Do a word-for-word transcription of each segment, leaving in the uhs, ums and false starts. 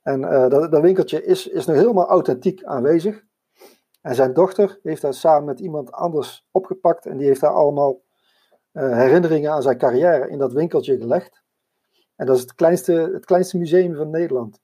En uh, dat, dat winkeltje is, is nog helemaal authentiek aanwezig. En zijn dochter heeft dat samen met iemand anders opgepakt. En die heeft daar allemaal uh, herinneringen aan zijn carrière in dat winkeltje gelegd. En dat is het kleinste, het kleinste museum van Nederland.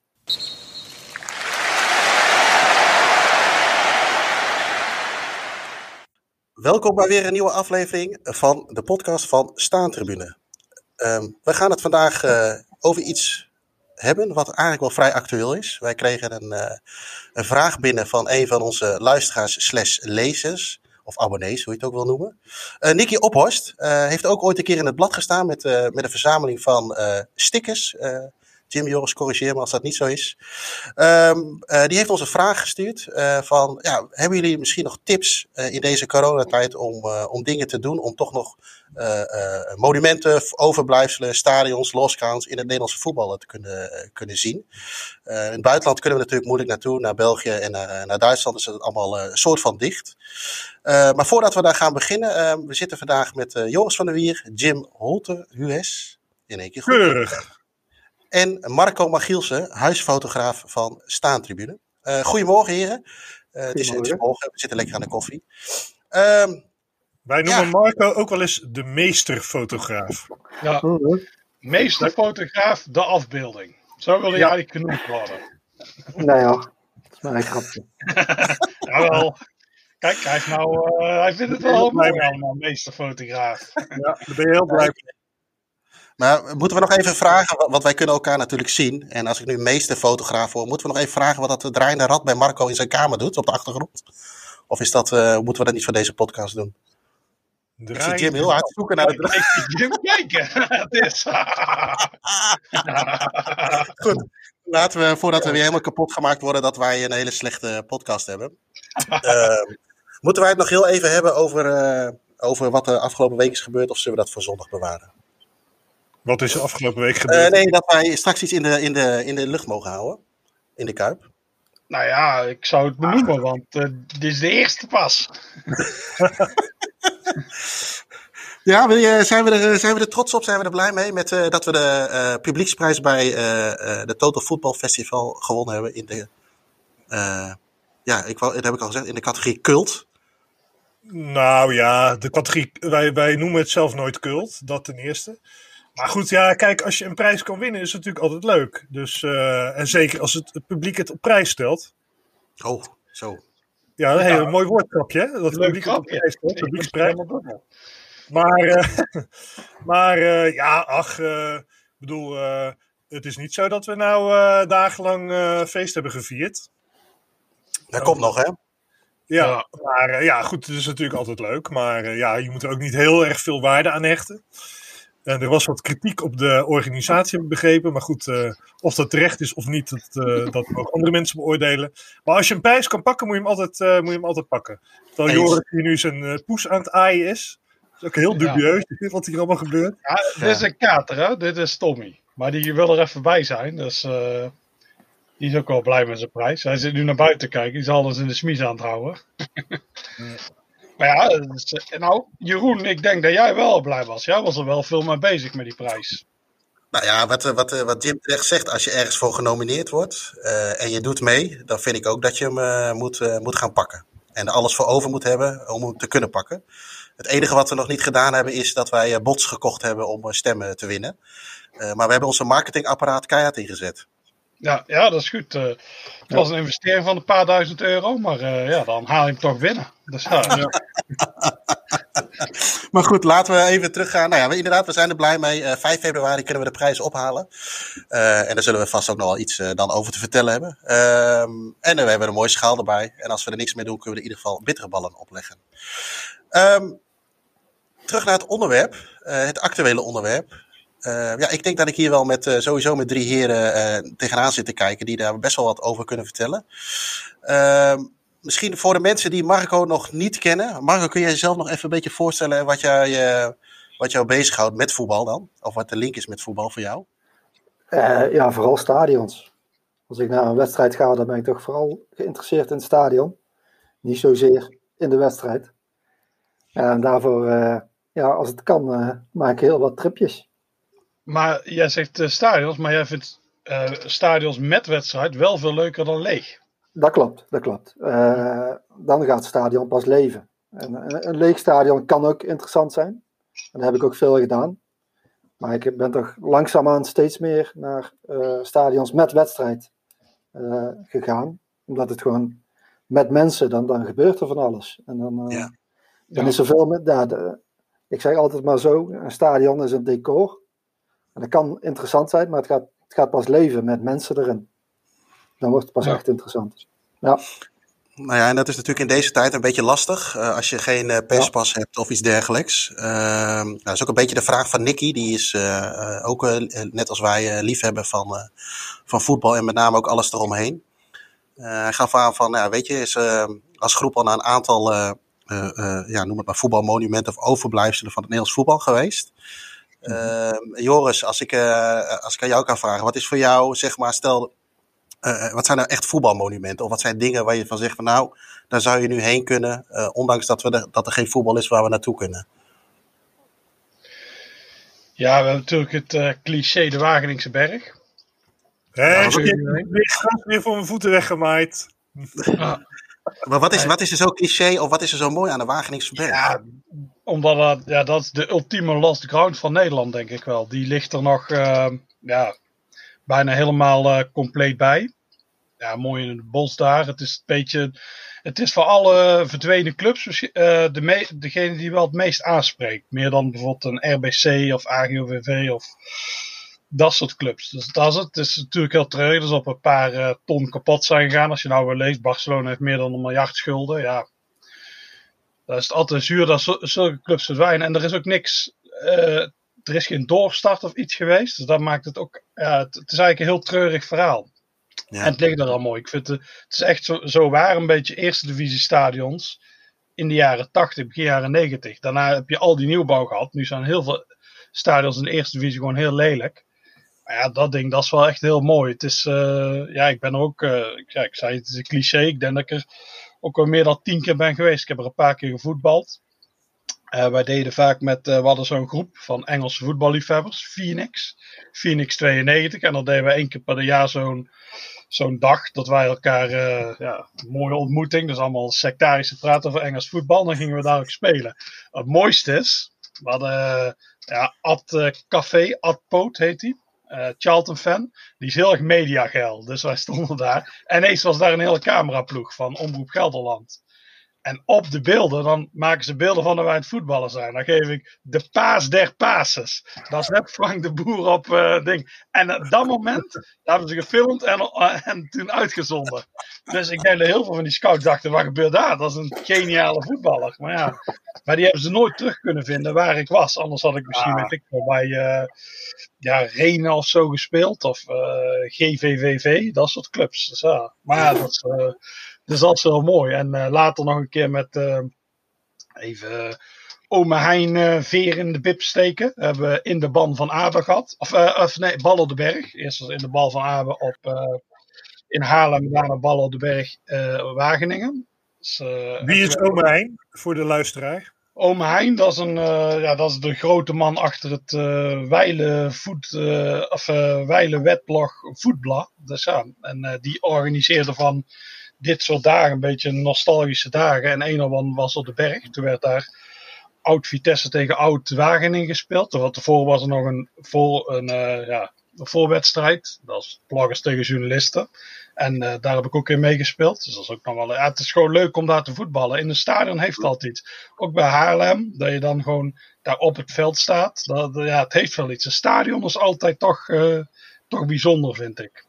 Welkom bij weer een nieuwe aflevering van de podcast van Staantribune. Um, we gaan het vandaag uh, over iets hebben wat eigenlijk wel vrij actueel is. Wij kregen een, uh, een vraag binnen van een van onze luisteraars slash lezers, of abonnees, hoe je het ook wil noemen. Uh, Nicky Ophorst uh, heeft ook ooit een keer in het blad gestaan met, uh, met een verzameling van uh, stickers. Uh, Jim, Joris, corrigeer me als dat niet zo is. Um, uh, die heeft ons een vraag gestuurd uh, van, ja, hebben jullie misschien nog tips uh, in deze coronatijd om, uh, om dingen te doen, om toch nog uh, uh, monumenten, overblijfselen, stadions, losgrounds in het Nederlandse voetbal te kunnen, uh, kunnen zien? Uh, in het buitenland kunnen we natuurlijk moeilijk naartoe, naar België en naar, naar Duitsland is het allemaal uh, een soort van dicht. Uh, maar voordat we daar gaan beginnen, uh, we zitten vandaag met uh, Joris van der Wier, Jim Holter, U S, in één keer goed. Keurig. En Marco Magielsen, huisfotograaf van Staantribune. Uh, goedemorgen, heren. Uh, het, is, het is morgen, we zitten lekker aan de koffie. Um, Wij noemen ja. Marco ook wel eens de meesterfotograaf. Ja, meesterfotograaf, de afbeelding. Zo wil hij ja. eigenlijk genoemd worden. Nee joh, dat is maar een grapje. Jawel. Kijk, hij, is nou, uh, hij vindt het wel heel mooi allemaal, meesterfotograaf. Ja, daar ben je heel blij mee. Maar moeten we nog even vragen, want wij kunnen elkaar natuurlijk zien. En als ik nu meesterfotograaf hoor, moeten we nog even vragen wat dat draaiende rad bij Marco in zijn kamer doet op de achtergrond? Of is dat, uh, moeten we dat niet voor deze podcast doen? Ik zie Jim heel hard zoeken naar de draai. Ik zie Jim kijken. Het is. Goed, laten we, voordat we weer helemaal kapot gemaakt worden, dat wij een hele slechte podcast hebben. Uh, moeten wij het nog heel even hebben over, uh, over wat de afgelopen week is gebeurd, of zullen we dat voor zondag bewaren? Wat is er afgelopen week gebeurd? Uh, nee, dat wij straks iets in de, in, de, in de lucht mogen houden. In de Kuip. Nou ja, ik zou het benoemen, want uh, dit is de eerste pas. Ja, wil je, zijn, we er, zijn we er trots op? Zijn we er blij mee met, uh, dat we de uh, publieksprijs bij uh, uh, de Total Football Festival gewonnen hebben in de, uh, ja, ik wou, dat heb ik al gezegd, in de categorie cult. Nou ja, de categorie, wij, wij noemen het zelf nooit cult, dat ten eerste. Maar goed, ja, kijk, als je een prijs kan winnen is het natuurlijk altijd leuk. Dus, uh, en zeker als het, het publiek het op prijs stelt. Oh, zo. Ja, een heel ja. mooi woordgrapje, hè? Dat het publiek het op prijs stelt, publieksprijs. Maar, uh, maar uh, ja, ach, ik uh, bedoel, uh, het is niet zo dat we nou uh, dagenlang uh, feest hebben gevierd. Dat uh, komt nog, hè? Ja, ja. maar uh, ja, goed, het is natuurlijk altijd leuk. Maar uh, ja, je moet er ook niet heel erg veel waarde aan hechten. En er was wat kritiek op de organisatie, heb ik begrepen. Maar goed, uh, of dat terecht is of niet, dat, uh, dat mogen andere mensen beoordelen. Maar als je een prijs kan pakken, moet je hem altijd, uh, moet je hem altijd pakken. Terwijl Joris hier nu zijn uh, poes aan het aaien is. Dat is ook heel dubieus, ja. Wat hier allemaal gebeurt. Ja, dit is een kater, hè? Dit is Tommy. Maar die wil er even bij zijn. Dus uh, die is ook wel blij met zijn prijs. Hij zit nu naar buiten te kijken. Die is alles in de smies aan het houden. Ja. Maar ja, dus, nou, Jeroen, ik denk dat jij wel blij was. Jij was er wel veel mee bezig met die prijs. Nou ja, wat, wat, wat Jim terecht zegt, als je ergens voor genomineerd wordt uh, en je doet mee, dan vind ik ook dat je hem uh, moet, uh, moet gaan pakken. En er alles voor over moet hebben om hem te kunnen pakken. Het enige wat we nog niet gedaan hebben is dat wij uh, bots gekocht hebben om uh, stemmen te winnen. Uh, maar we hebben onze marketingapparaat keihard ingezet. Ja, ja, dat is goed. Uh, het ja. was een investering van een paar duizend euro, maar uh, ja, dan haal je hem toch binnen. Dus, ja, ja. Maar goed, laten we even teruggaan. Nou ja, we, inderdaad, we zijn er blij mee. Uh, vijf februari kunnen we de prijs ophalen. Uh, en daar zullen we vast ook nog wel iets uh, dan over te vertellen hebben. Uh, en uh, we hebben een mooie schaal erbij. En als we er niks mee doen, kunnen we er in ieder geval bitterballen opleggen. Um, terug naar het onderwerp, uh, het actuele onderwerp. Uh, ja, ik denk dat ik hier wel met uh, sowieso met drie heren uh, tegenaan zit te kijken die daar best wel wat over kunnen vertellen. Uh, misschien voor de mensen die Marco nog niet kennen. Marco, kun jij jezelf nog even een beetje voorstellen wat, jij, uh, wat jou bezighoudt met voetbal dan? Of wat de link is met voetbal voor jou? Uh, ja, vooral stadions. Als ik naar een wedstrijd ga, dan ben ik toch vooral geïnteresseerd in het stadion. Niet zozeer in de wedstrijd. Uh, en daarvoor, uh, ja, als het kan, uh, maak ik heel wat tripjes. Maar jij zegt uh, stadions, maar jij vindt uh, stadions met wedstrijd wel veel leuker dan leeg. Dat klopt, dat klopt. Uh, dan gaat het stadion pas leven. En, een, een leeg stadion kan ook interessant zijn. En dat heb ik ook veel gedaan. Maar ik ben toch langzaamaan steeds meer naar uh, stadions met wedstrijd uh, gegaan. Omdat het gewoon met mensen, dan, dan gebeurt er van alles. En dan, uh, ja. dan is er veel met... Ja, de, ik zeg altijd maar zo, een stadion is een decor. En dat kan interessant zijn, maar het gaat, het gaat pas leven met mensen erin. Dan wordt het pas ja. echt interessant. Ja. Nou ja, en dat is natuurlijk in deze tijd een beetje lastig. Uh, als je geen uh, perspas ja. hebt of iets dergelijks. Uh, nou, dat is ook een beetje de vraag van Nicky. Die is uh, uh, ook uh, net als wij uh, liefhebber van, uh, van voetbal. En met name ook alles eromheen. Uh, hij gaf aan van, nou, weet je, is uh, als groep al naar een aantal, uh, uh, uh, ja, noem het maar voetbalmonumenten of overblijfselen van het Nederlands voetbal geweest. Uh, Joris, als ik, uh, als ik aan jou kan vragen, wat is voor jou, zeg maar, stel... Uh, wat zijn nou echt voetbalmonumenten? Of wat zijn dingen waar je van zegt van nou, daar zou je nu heen kunnen, uh, ondanks dat, we de, dat er geen voetbal is waar we naartoe kunnen? Ja, we hebben natuurlijk het uh, cliché de Wageningse berg. Hé, ik heb weer voor mijn voeten weggemaaid. Ah. Maar wat is, wat is er zo cliché of wat is er zo mooi aan de Wageningse berg? Ja, omdat dat, ja, dat is de ultieme lost ground van Nederland, denk ik wel. Die ligt er nog... Uh, ja, bijna helemaal uh, compleet bij. Ja, mooi in het bos daar. Het is een beetje... Het is voor alle verdwenen clubs uh, de me- degene die wel het meest aanspreekt. Meer dan bijvoorbeeld een R B C of A G O V V of dat soort clubs. Dus dat is het. Het is natuurlijk heel treurig. Dus op een paar uh, ton kapot zijn gegaan. Als je nou weer leest, Barcelona heeft meer dan een miljard schulden. Ja. Dat is het altijd zuur dat z- zulke clubs verdwijnen. En er is ook niks... Uh, Er is geen doorstart of iets geweest. Dus dat maakt het ook... Ja, het, het is eigenlijk een heel treurig verhaal. Ja. En het ligt er al mooi. Ik vind het, het is echt zo, zo waar een beetje eerste divisie stadions in de jaren tachtig, begin jaren negentig. Daarna heb je al die nieuwbouw gehad. Nu zijn heel veel stadions in de eerste divisie gewoon heel lelijk. Maar ja, dat ding, dat is wel echt heel mooi. Het is... Uh, ja, ik ben er ook... Uh, ja, ik zei het is een cliché. Ik denk dat ik er ook al meer dan tien keer ben geweest. Ik heb er een paar keer gevoetbald. Uh, wij deden vaak met, uh, we hadden zo'n groep van Engelse voetballiefhebbers, Phoenix, Phoenix tweeënnegentig. En dan deden we één keer per jaar zo'n, zo'n dag, dat wij elkaar, uh, ja, een mooie ontmoeting, dus allemaal sectarische praten over Engels voetbal. Dan gingen we daar ook spelen. Het mooiste is, we hadden, uh, ja, Ad uh, Café, Ad Poot heet die. Uh, Charlton fan, die is heel erg mediageil, dus wij stonden daar. En ineens was daar een hele cameraploeg van Omroep Gelderland. En op de beelden, dan maken ze beelden van dat wij aan het voetballen zijn. Dan geef ik de paas der passes. Dat is net Frank de Boer op uh, ding. En op dat moment hebben ze gefilmd en, uh, en toen uitgezonden. Dus ik denk dat heel veel van die scouts dachten, wat gebeurt daar? Dat is een geniale voetballer. Maar ja, maar die hebben ze nooit terug kunnen vinden waar ik was. Anders had ik misschien, ah. weet ik wel, bij uh, ja, Renen of zo gespeeld. Of uh, G V V V, dat soort clubs. Dus, ja. Maar ja, dat is... Uh, Dus dat is wel mooi. En uh, later nog een keer met uh, even uh, Ome Hein uh, veer in de bib steken. Hebben we in de ban van Abe gehad. Of, uh, of nee, Bal op de Berg. Eerst was in de bal van Abe op, uh, in Haarlem. Daarna Bal op de Berg uh, Wageningen. Dus, uh, Wie is Ome Hein voor de luisteraar? Ome Hein, dat is, een, uh, ja, dat is de grote man achter het uh, Weile, voet, uh, of, uh, Weile Wetblog Voetblad. Dus, ja, en uh, die organiseerde van dit soort dagen, een beetje nostalgische dagen. En een ervan was op de berg. Toen werd daar oud Vitesse tegen oud Wageningen gespeeld. Tevoren was er nog een, voor, een, uh, ja, een voorwedstrijd. Dat is bloggers tegen journalisten. En uh, daar heb ik ook in meegespeeld. Dus dat is ook nog wel. Ja, het is gewoon leuk om daar te voetballen. In een stadion heeft het altijd iets. Ook bij Haarlem, dat je dan gewoon daar op het veld staat. Dat, ja, het heeft wel iets. Een stadion is altijd toch, uh, toch bijzonder, vind ik.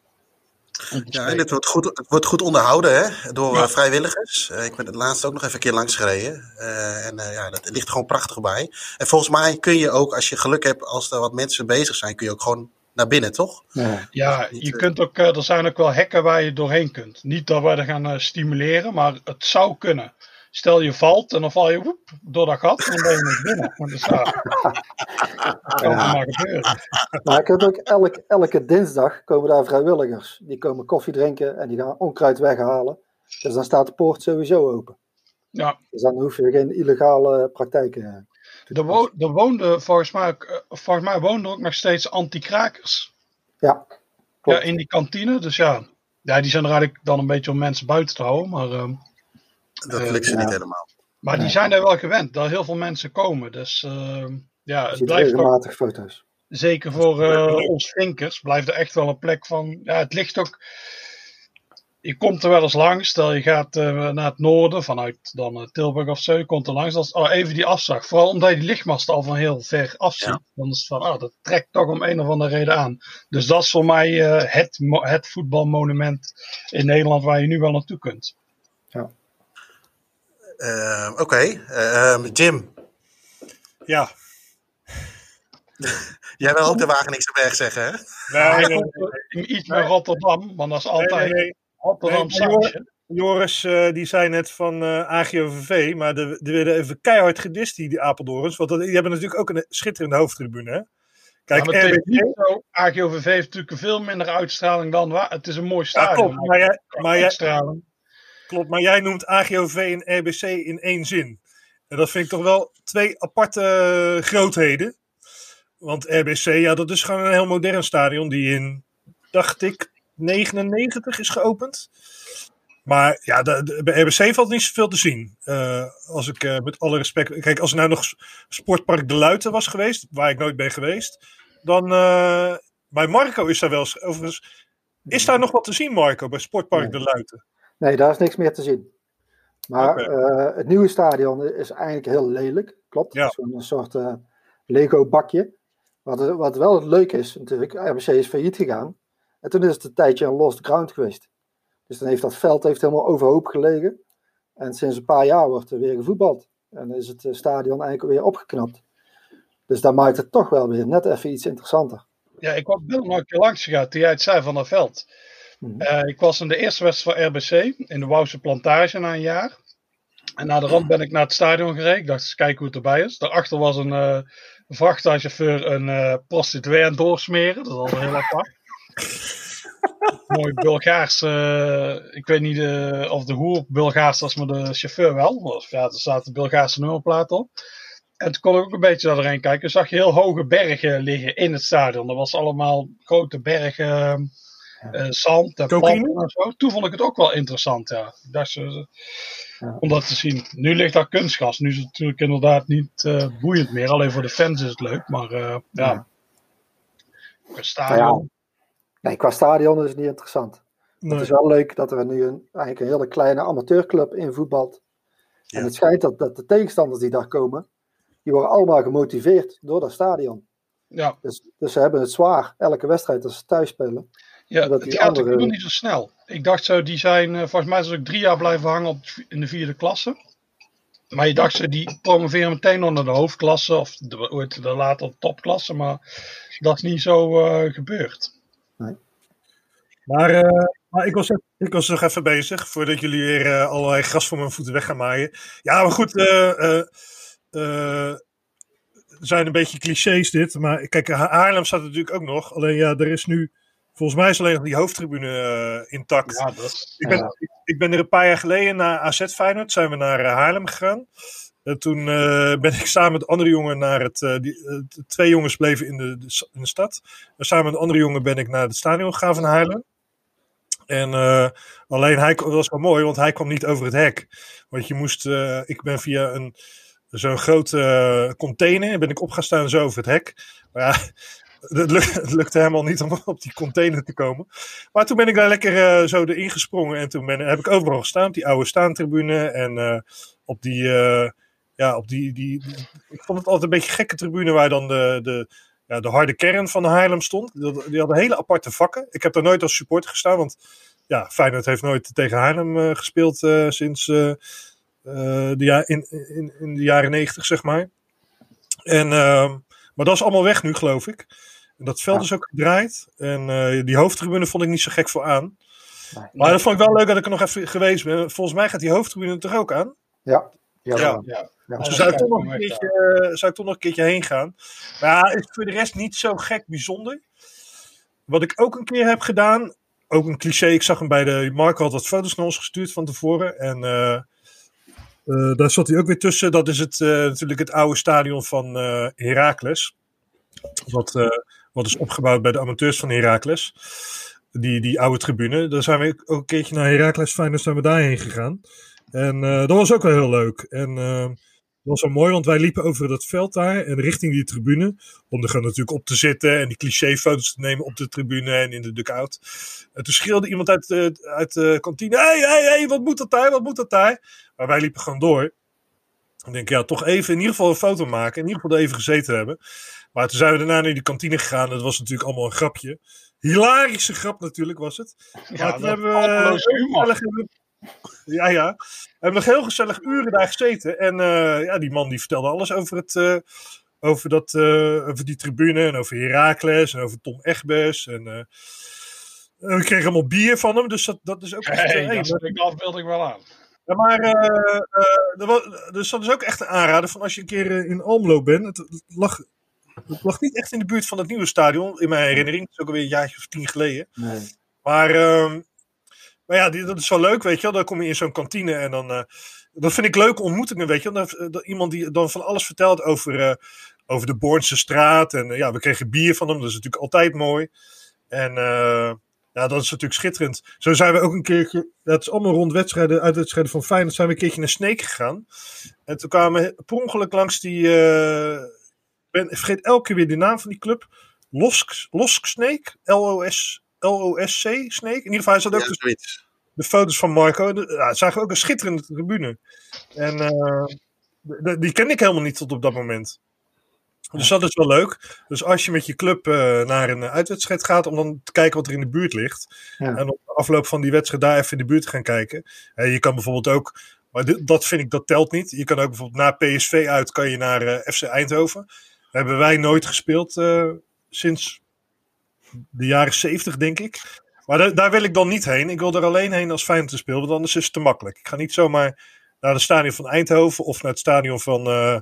Ja, en het wordt goed, het wordt goed onderhouden hè, door ja. uh, vrijwilligers. Uh, ik ben het laatst ook nog even een keer langs gereden. Uh, en uh, ja, dat ligt er gewoon prachtig bij. En volgens mij kun je ook, als je geluk hebt, als er wat mensen bezig zijn, kun je ook gewoon naar binnen, toch? Ja, ja je uh, kunt ook, uh, er zijn ook wel hekken waar je doorheen kunt. Niet dat wij er gaan uh, stimuleren, maar het zou kunnen. Stel je valt en dan val je woep, door dat gat en dan ben je niet binnen. Want dat, ja, dat kan ja. maar gebeuren. Maar je kunt ook elke, elke dinsdag komen daar vrijwilligers. Die komen koffie drinken en die gaan onkruid weghalen. Dus dan staat de poort sowieso open. Ja. Dus dan hoef je geen illegale praktijken te doen. Er, wo- er woonden volgens mij, volgens mij woonden ook nog steeds anti-krakers. Ja. Ja, in die kantine. Dus ja. ja, die zijn er eigenlijk dan een beetje om mensen buiten te houden. Maar, uh, dat uh, lukt ze ja. niet helemaal. Maar die nee. zijn er wel gewend dat heel veel mensen komen. Dus uh, ja, het ziet blijft regelmatig ook, foto's. Zeker voor uh, ons vinkers blijft er echt wel een plek van. Ja, het ligt ook. Je komt er wel eens langs. Stel je gaat uh, naar het noorden vanuit dan uh, Tilburg of zo. Je komt er langs. Dat is oh, even die afslag. Vooral omdat je die lichtmast al van heel ver afziet. Ja. Dan is het van, oh, dat trekt toch om een of andere reden aan. Dus dat is voor mij uh, het, het voetbalmonument in Nederland waar je nu wel naartoe kunt. Ja. Uh, Oké, okay. uh, Jim. Ja. Jij wil ook de Wageningse Berg zeggen, hè? Nee, nee, nee. Iets meer Rotterdam, want dat is altijd nee, nee, nee. Rotterdam nee, Joris, Joris uh, die zei net van uh, A G O V V, maar er werden even keihard gedist, die, die Apeldoorns. Want dat, die hebben natuurlijk ook een schitterende hoofdtribune, hè? Kijk, ja, R B C... A G O V V heeft natuurlijk een veel minder uitstraling dan waar. Het is een mooi stadion. Ja, klopt, maar jij, maar jij, klopt, maar jij noemt A G O V V en R B C in één zin. En dat vind ik toch wel twee aparte uh, grootheden. Want R B C, ja, dat is gewoon een heel modern stadion die in, dacht ik, negenennegentig is geopend. Maar ja, de, de, bij R B C valt niet zoveel te zien. Uh, als ik uh, met alle respect... Kijk, als er nou nog Sportpark De Luiten was geweest, waar ik nooit ben geweest, dan... Uh, bij Marco is daar wel... Overigens, is daar nog wat te zien, Marco, bij Sportpark nee. De Luiten? Nee, daar is niks meer te zien. Maar okay. uh, het nieuwe stadion is eigenlijk heel lelijk. Klopt, ja. Zo'n soort uh, Lego-bakje. Wat, wat wel het leuke is, natuurlijk, R B C is failliet gegaan. En toen is het een tijdje een lost ground geweest. Dus dan heeft dat veld heeft helemaal overhoop gelegen. En sinds een paar jaar wordt er weer gevoetbald. En dan is het stadion eigenlijk weer opgeknapt. Dus dat maakt het toch wel weer net even iets interessanter. Ja, ik was Bill nog een keer langs gegaan toen jij het zei van dat veld. Mm-hmm. Uh, ik was in de eerste wedstrijd van R B C in de Wouwse Plantage na een jaar. En na de rand ben ik naar het stadion gereden. Ik dacht eens kijken hoe het erbij is. Daarachter was een... Uh, Een vrachtwagenchauffeur een uh, prostituee aan het doorsmeren. Dat is altijd heel apart. Mooi Bulgaars. Uh, ik weet niet uh, of de hoer Bulgaars was, maar de chauffeur wel. Of, ja, er staat de Bulgaarse nummerplaat op. En toen kon ik ook een beetje naar doorheen kijken. Dan zag je heel hoge bergen liggen in het stadion. Dat was allemaal grote bergen. Uh, zand en planten en zo. Toen vond ik het ook wel interessant. Ja. Ik dacht, uh, ja. Om dat te zien. Nu ligt daar kunstgas. Nu is het natuurlijk inderdaad niet uh, boeiend meer. Alleen voor de fans is het leuk. Maar uh, ja. ja. Qua stadion. Ja. Nee, qua stadion is het niet interessant. Nee. Het is wel leuk dat er nu een, eigenlijk een hele kleine amateurclub in voetbalt. Ja. En het schijnt dat, dat de tegenstanders die daar komen, die worden allemaal gemotiveerd door dat stadion. Ja. Dus, dus ze hebben het zwaar. Elke wedstrijd als ze thuis spelen. Ja, dat het gaat andere... natuurlijk niet zo snel. Ik dacht zo, die zijn, uh, volgens mij is het ook drie jaar blijven hangen op, in de vierde klasse. Maar je dacht ze, die promoveren meteen onder de hoofdklasse of de, de, de later topklasse. Maar dat is niet zo uh, gebeurd. Nee. Maar, uh, maar ik, was, ik was nog even bezig, voordat jullie weer uh, allerlei gras voor mijn voeten weg gaan maaien. Ja, maar goed, uh, uh, uh, zijn een beetje clichés dit. Maar kijk, Haarlem staat natuurlijk ook nog. Alleen ja, er is nu... Volgens mij is alleen nog die hoofdtribune uh, intact. Ja, dat is, ik, ben, ja. ik, ik ben er een paar jaar geleden na A Z Feyenoord, zijn we naar uh, Haarlem gegaan. En toen uh, ben ik samen met de andere jongen naar het... Uh, die, uh, twee jongens bleven in de, de, in de stad. En samen met de andere jongen ben ik naar het stadion gegaan van Haarlem. En uh, alleen hij dat was wel mooi, want hij kwam niet over het hek. Want je moest... Uh, ik ben via een zo'n grote uh, container ben ik op gaan staan zo over het hek. Maar ja... Het, luk, het lukte helemaal niet om op die container te komen. Maar toen ben ik daar lekker uh, zo erin gesprongen. En toen ben, heb ik overal gestaan. Op die oude staantribune. En uh, op die... Uh, ja, op die, die, die... Ik vond het altijd een beetje gekke tribune. Waar dan de, de, ja, de harde kern van Haarlem stond. Die, die hadden hele aparte vakken. Ik heb daar nooit als supporter gestaan. Want ja, Feyenoord heeft nooit tegen Haarlem uh, gespeeld. Uh, sinds uh, uh, de ja, in, in, in de jaren negentig, zeg maar. En... Uh, Maar dat is allemaal weg nu, geloof ik. En dat veld ja. is ook gedraaid. En uh, die hoofdtribune vond ik niet zo gek voor aan. Nee, maar dat vond ik wel leuk dat ik er nog even geweest ben. Volgens mij gaat die hoofdtribune toch ook aan? Ja. Ja. ja. ja. ja. Dus zou ik, toch nog een keertje, uh, zou ik toch nog een keertje heen gaan. Maar ja, is voor de rest niet zo gek bijzonder. Wat ik ook een keer heb gedaan. Ook een cliché. Ik zag hem bij de... Marco had wat foto's naar ons gestuurd van tevoren. En... Uh, Uh, daar zat hij ook weer tussen. Dat is het, uh, natuurlijk het oude stadion van uh, Heracles. Wat, uh, wat is opgebouwd bij de amateurs van Heracles. Die, die oude tribune. Daar zijn we ook een keertje naar Heracles Feyenoord zijn we daarheen gegaan. En uh, dat was ook wel heel leuk. En uh, dat was wel mooi, want wij liepen over dat veld daar en richting die tribune. Om er gewoon natuurlijk op te zitten en die clichéfoto's te nemen op de tribune en in de dugout. En toen schreeuwde iemand uit de, uit de kantine, hé, hé, hé, wat moet dat daar, wat moet dat daar? Maar wij liepen gewoon door. Ik denk, ja, toch even in ieder geval een foto maken. In ieder geval er even gezeten hebben. Maar toen zijn we daarna naar die kantine gegaan. Dat was natuurlijk allemaal een grapje. Hilarische grap natuurlijk was het. Maar Ja, toen dat hebben we... humor. Ja, ja. We hebben nog heel gezellig uren daar gezeten. En uh, ja, die man die vertelde alles over het... Uh, over, dat, uh, over die tribune en over Heracles en over Tom Egbers. En uh, we kregen allemaal bier van hem. Dus dat, dat is ook echt... Hey, uh, hey, dat ik, dat beeld ik wel aan. Ja, maar uh, uh, er was, dus dat is ook echt een aanrader van als je een keer uh, in Almelo bent. Het, het, lag, het lag niet echt in de buurt van het nieuwe stadion, in mijn herinnering. Het is ook alweer een jaartje of tien geleden. Nee. Maar, uh, maar ja, die, dat is wel leuk, weet je wel. Dan kom je in zo'n kantine en dan... Uh, dat vind ik leuke ontmoetingen, weet je wel. Dan, dat iemand die dan van alles vertelt over, uh, over de Bornse straat. En uh, ja, we kregen bier van hem, dat is natuurlijk altijd mooi. En... Uh, Ja, dat is natuurlijk schitterend. Zo zijn we ook een keertje, dat is allemaal rond wedstrijden, uit wedstrijden van Feyenoord, zijn we een keertje naar Sneek gegaan. En toen kwamen we per ongeluk langs die, uh, ben, ik vergeet elke keer weer de naam van die club. Losk, Losk Sneek? L O S C Sneek? In ieder geval, hij zat ook Ja, de, de foto's van Marco. De, ja, zagen we ook een schitterende tribune. En uh, de, die kende ik helemaal niet tot op dat moment. Dus dat is wel leuk. Dus als je met je club uh, naar een uitwedstrijd gaat, om dan te kijken wat er in de buurt ligt. Ja. En op de afloop van die wedstrijd daar even in de buurt te gaan kijken. Uh, je kan bijvoorbeeld ook, maar dit, dat vind ik, dat telt niet. Je kan ook bijvoorbeeld na P S V uit, kan je naar uh, F C Eindhoven. Daar hebben wij nooit gespeeld uh, sinds de jaren zeventig, denk ik. Maar da- daar wil ik dan niet heen. Ik wil er alleen heen als Feyenoord te spelen, want anders is het te makkelijk. Ik ga niet zomaar naar het stadion van Eindhoven of naar het stadion van... Uh,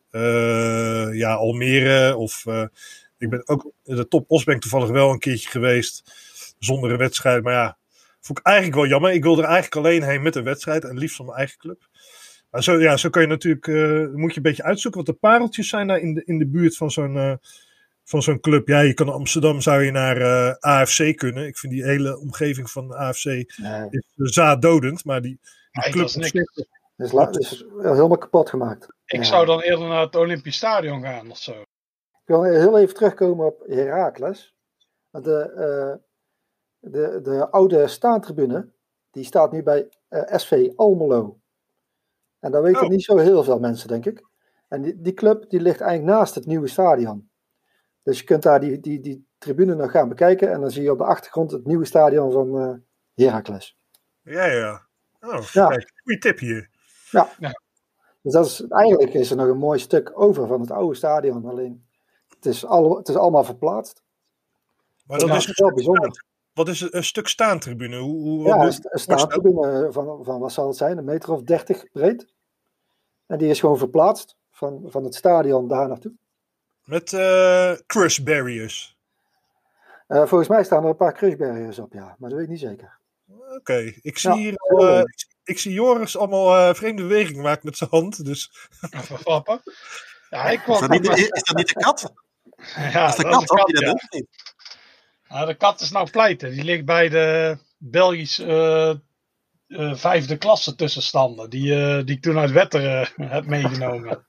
Uh, ja, Almere of uh, ik ben ook de Top Os ben ik toevallig wel een keertje geweest zonder een wedstrijd, maar ja, vond ik eigenlijk wel jammer. Ik wil er eigenlijk alleen heen met een wedstrijd en liefst van mijn eigen club. Maar zo, ja, zo kan je natuurlijk, uh, moet je een beetje uitzoeken wat de pareltjes zijn daar in de, in de buurt van zo'n, uh, van zo'n club. Ja, je kan naar Amsterdam, zou je naar uh, A F C kunnen. Ik vind die hele omgeving van A F C nee. is zaaddodend, maar die, die nee, club dat is niks. Dat is, la- dat is helemaal kapot gemaakt. Ik ja. zou dan eerder naar het Olympisch Stadion gaan of zo. Ik wil heel even terugkomen op Heracles. De, uh, de, de oude staantribune, die staat nu bij uh, S V Almelo. En daar weten oh. niet zo heel veel mensen, denk ik. En die, die club die ligt eigenlijk naast het nieuwe stadion. Dus je kunt daar die, die, die tribune nog gaan bekijken. En dan zie je op de achtergrond het nieuwe stadion van uh, Heracles. Ja, ja. Oh, ja. Kijk, goeie tip hier. Ja. ja. Dus dat is, eigenlijk is er nog een mooi stuk over van het oude stadion. Alleen, het is, al, het is allemaal verplaatst. Maar dat, dat is wel bijzonder. Wat is een stuk staantribune? Hoe, hoe, ja, een, een staantribune van, van, wat zal het zijn, een meter of dertig breed. En die is gewoon verplaatst van, van het stadion daar naartoe. Met uh, crush barriers? Uh, volgens mij staan er een paar crush barriers op, ja. Maar dat weet ik niet zeker. Oké, okay. ik zie ja, hier al, uh, ik zie Joris allemaal uh, vreemde bewegingen maken met zijn hand. Dus. Grappig. Ja, ik is, dat niet, is dat niet de kat? Ja, is de dat kat, is de kat, die ja. dat doet? Ja, de kat is nou pleiten. Die ligt bij de Belgische uh, uh, vijfde klasse tussenstanden. Die, uh, die ik toen uit Wetteren uh, heb meegenomen.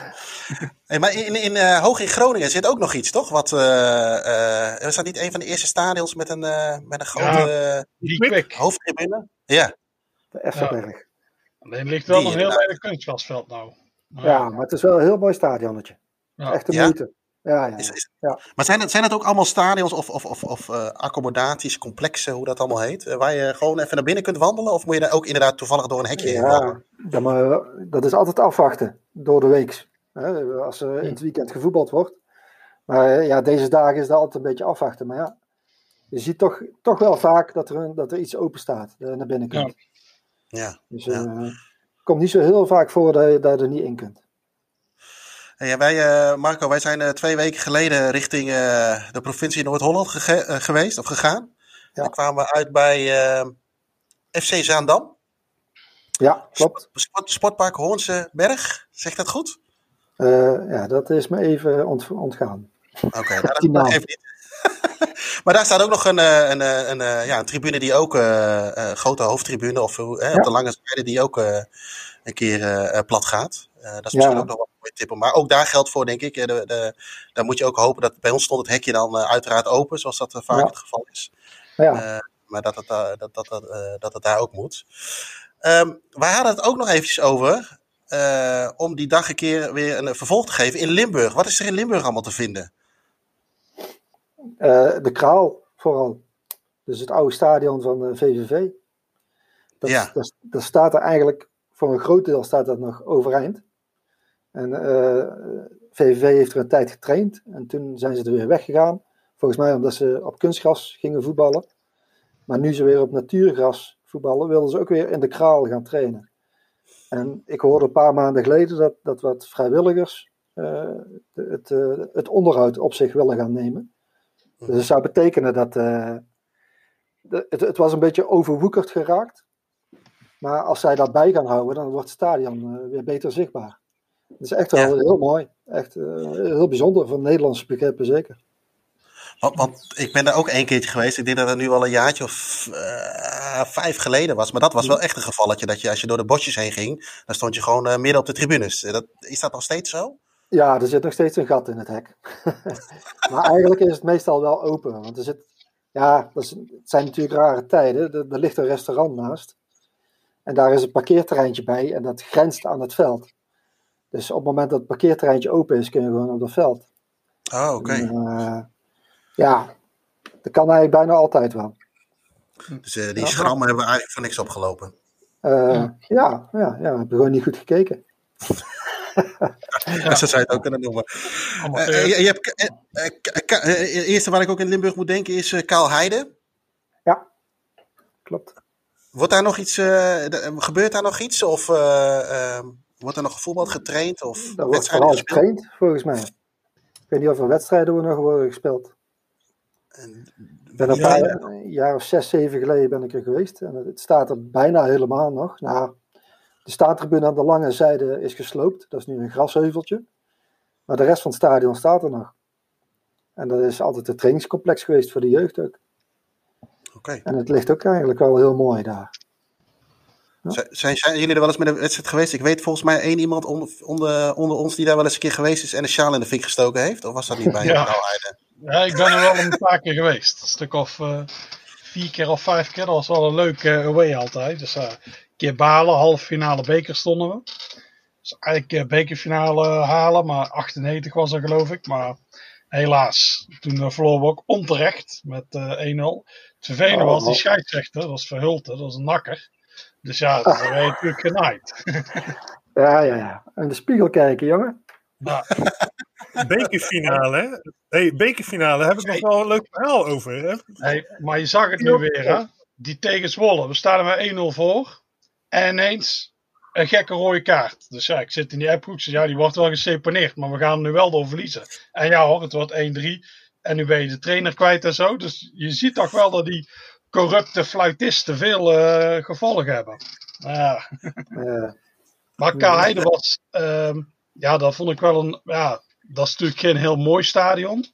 Hey, maar in, in, uh, hoog in Groningen zit ook nog iets, toch? Wat, uh, uh, was dat niet een van de eerste stadions met een, uh, met een grote ja, hoofdtribune? Ja. De Effenberg. Ja. Er ligt wel die, een heel weinig kunstgrasveld nou. Maar, ja, maar het is wel een heel mooi stadionnetje. Ja. Echt een moeite. Ja, ja, is, is, ja. Maar zijn het, zijn het ook allemaal stadions of, of, of, of uh, accommodaties, complexen, hoe dat allemaal heet? Uh, waar je gewoon even naar binnen kunt wandelen? Of moet je daar ook inderdaad toevallig door een hekje ja, heen wandelen? Ja, maar dat is altijd afwachten door de week. Hè, als er in het weekend gevoetbald wordt. Maar ja, deze dagen is dat altijd een beetje afwachten. Maar ja, je ziet toch, toch wel vaak dat er, een, dat er iets open staat uh, naar binnenkant. Ja. Ja. Dus het ja. uh, komt niet zo heel vaak voor dat je, dat je er niet in kunt. Hey, wij, uh, Marco, wij zijn uh, twee weken geleden richting uh, de provincie Noord-Holland gege- uh, geweest of gegaan. Ja. Dan kwamen we uit bij uh, F C Zaandam. Ja, klopt. Sport, sportpark Hoornse Berg, zegt dat goed? Uh, ja, dat is me even ont- ontgaan. Oké, okay, nou, dat, dat geeft niet. Maar daar staat ook nog een, een, een, een, ja, een tribune die ook, uh, uh, grote hoofdtribune, of uh, ja. op de lange zijde die ook uh, een keer uh, plat gaat. Uh, dat is misschien ja. ook nog wel een mooie tip. Maar ook daar geldt voor, denk ik. De, de, daar moet je ook hopen dat bij ons stond het hekje dan uh, uiteraard open, zoals dat uh, vaak ja. het geval is. Ja. Uh, maar dat het, uh, dat, dat, dat, uh, dat het daar ook moet. Um, wij hadden het ook nog eventjes over, uh, om die dag een keer weer een vervolg te geven in Limburg. Wat is er in Limburg allemaal te vinden? Uh, de Kraal vooral. Dus het oude stadion van de V V V. Dat, ja. dat, dat staat er eigenlijk, voor een groot deel staat dat nog overeind. En uh, V V V heeft er een tijd getraind. En toen zijn ze er weer weggegaan. Volgens mij omdat ze op kunstgras gingen voetballen. Maar nu ze weer op natuurgras voetballen, wilden ze ook weer in de Kraal gaan trainen. En ik hoorde een paar maanden geleden dat, dat wat vrijwilligers uh, het, uh, het onderhoud op zich willen gaan nemen. Dus dat zou betekenen dat uh, de, het, het was een beetje overwoekerd geraakt. Maar als zij dat bij gaan houden, dan wordt het stadion uh, weer beter zichtbaar. Dat is echt wel ja. heel mooi. Echt uh, heel bijzonder, voor Nederlandse begrippen zeker. Want, want ik ben daar ook één keertje geweest. Ik denk dat het nu al een jaartje of uh, vijf geleden was. Maar dat was wel echt een gevalletje. Dat je als je door de bosjes heen ging, dan stond je gewoon uh, midden op de tribunes. Dat, is dat nog steeds zo? Ja, er zit nog steeds een gat in het hek. Maar eigenlijk is het meestal wel open. Want er zit, ja, dat is, het zijn natuurlijk rare tijden. Er, er ligt een restaurant naast. En daar is een parkeerterreintje bij. En dat grenst aan het veld. Dus op het moment dat het parkeerterreintje open is, kun je gewoon op dat veld. Oh, oké. Okay. Uh, ja, dat kan eigenlijk bijna altijd wel. Dus uh, die ja, schrammen hebben we eigenlijk voor niks opgelopen. Uh, ja, ja, ja, we hebben gewoon niet goed gekeken. Ja. Zo zou je het ook kunnen noemen. Uh, je, je hebt, uh, uh, uh, uh, het eerste waar ik ook in Limburg moet denken is uh, Kaalheide. Ja, klopt. Wordt daar nog iets, uh, gebeurt daar nog iets? Of uh, uh, wordt er nog gevoetbald, getraind? Of er wordt vooral getraind, volgens mij. Ik weet niet of er wedstrijden nog worden gespeeld. En, ik ben een ja, paar ja. jaar of zes, zeven geleden ben ik er geweest. En het staat er bijna helemaal nog. Nou, de staantribune aan de lange zijde is gesloopt. Dat is nu een grasheuveltje. Maar de rest van het stadion staat er nog. En dat is altijd een trainingscomplex geweest voor de jeugd ook. Okay. En het ligt ook eigenlijk wel heel mooi daar. Ja. Zijn, zijn jullie er wel eens met een wedstrijd geweest? Ik weet volgens mij één iemand onder, onder, onder ons die daar wel eens een keer geweest is en een sjaal in de fik gestoken heeft. Of was dat niet bij ja. Kaalheide? Ja, ik ben er wel een paar keer geweest. Een stuk of uh, vier keer of vijf keer. Dat was wel een leuke uh, away altijd. Dus uh, een keer balen, halve finale beker stonden we. Dus eigenlijk uh, bekerfinale halen, maar achtennegentig was dat geloof ik. Maar helaas, toen uh, verloren we ook onterecht met uh, één nul. Het vervelende oh, was die scheidsrechter, dat was Verhulten, dat was een nakker. Dus ja, dat ben je natuurlijk genaaid. Ja, ja, ja. En de spiegel kijken, jongen. Ja. Bekerfinale, hè? Hey, bekerfinale, heb ik nog wel een leuk verhaal over. Hè? Hey, maar je zag het nu weer, hè? Die tegen Zwolle. We staan er met één nul voor. En ineens een gekke rode kaart. Dus ja, ik zit in die appgroep. Dus ja, die wordt wel geseponeerd. Maar we gaan er nu wel door verliezen. En ja hoor, het wordt één drie. En nu ben je de trainer kwijt en zo. Dus je ziet toch wel dat die corrupte fluitisten veel uh, gevolgen hebben. Ja. Uh, maar Kaalheide was... Uh, ja, dat vond ik wel een... Ja, dat is natuurlijk geen heel mooi stadion.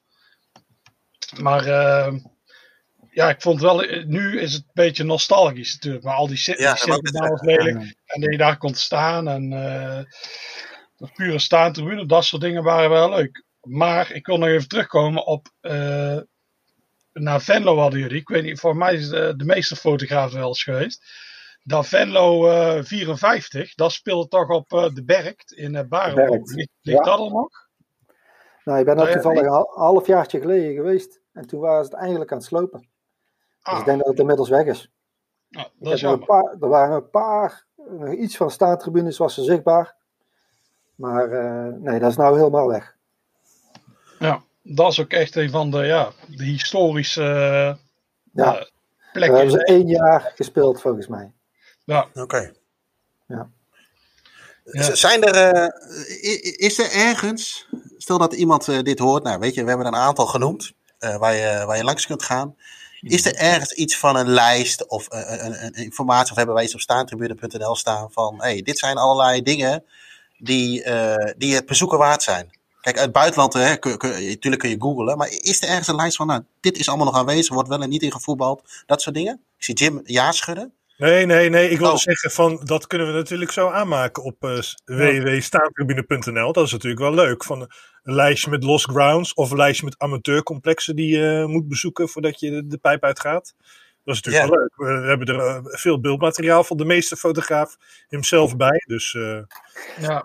Maar uh, ja, ik vond wel... Nu is het een beetje nostalgisch natuurlijk. Maar al die zitting was lelijk. En dat je daar kon staan. En uh, de pure staantribune. Dat soort dingen waren wel leuk. Maar ik wil nog even terugkomen op... Uh, naar Venlo hadden jullie. Ik weet niet, voor mij is de, de meeste fotografen wel eens geweest. Dat Venlo uh, vierenvijftig, dat speelde toch op uh, de Berkt in uh, Barendrecht. Ligt, ligt ja. dat al nog? Nou, ik ben er toevallig een ja, halfjaartje geleden geweest. En toen waren ze het eindelijk aan het slopen. Ah. Dus ik denk dat het inmiddels weg is. Ah, dat is een paar, er waren een paar, nog iets van staantribunes was er zichtbaar. Maar uh, nee, dat is nou helemaal weg. Ja. Dat is ook echt een van de, ja, de historische uh, ja. uh, plekken. We hebben ze één jaar gespeeld volgens mij. Ja. Oké. Okay. Ja. Ja. Zijn er, uh, is er ergens, stel dat iemand uh, dit hoort, nou weet je, we hebben een aantal genoemd uh, waar, je, waar je langs kunt gaan. Is er ergens iets van een lijst of uh, een, een informatie, of hebben wij iets op staantribune punt n l staan van, hey, dit zijn allerlei dingen die, uh, die het bezoeken waard zijn? Kijk, uit het buitenland, hè, kun, kun, natuurlijk kun je googlen. Maar is er ergens een lijst van, nou, dit is allemaal nog aanwezig, wordt wel en niet in gevoetbald. Dat soort dingen. Ik zie Jim ja schudden. Nee, nee, nee. Ik wil Oh. zeggen van, dat kunnen we natuurlijk zo aanmaken op uh, w w w punt staantribune punt n l. Dat is natuurlijk wel leuk. Van een lijstje met lost grounds of een lijstje met amateurcomplexen die je moet bezoeken voordat je de, de pijp uitgaat. Dat is natuurlijk Ja. wel leuk. We hebben er uh, veel beeldmateriaal van de meeste fotograaf hemzelf bij. Dus uh, Ja.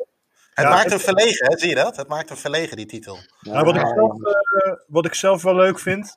Het Ja, maakt het- hem verlegen, hè? Zie je dat? Het maakt hem verlegen, die titel. nou, wat, ik Ja, zelf, uh, wat ik zelf wel leuk vind,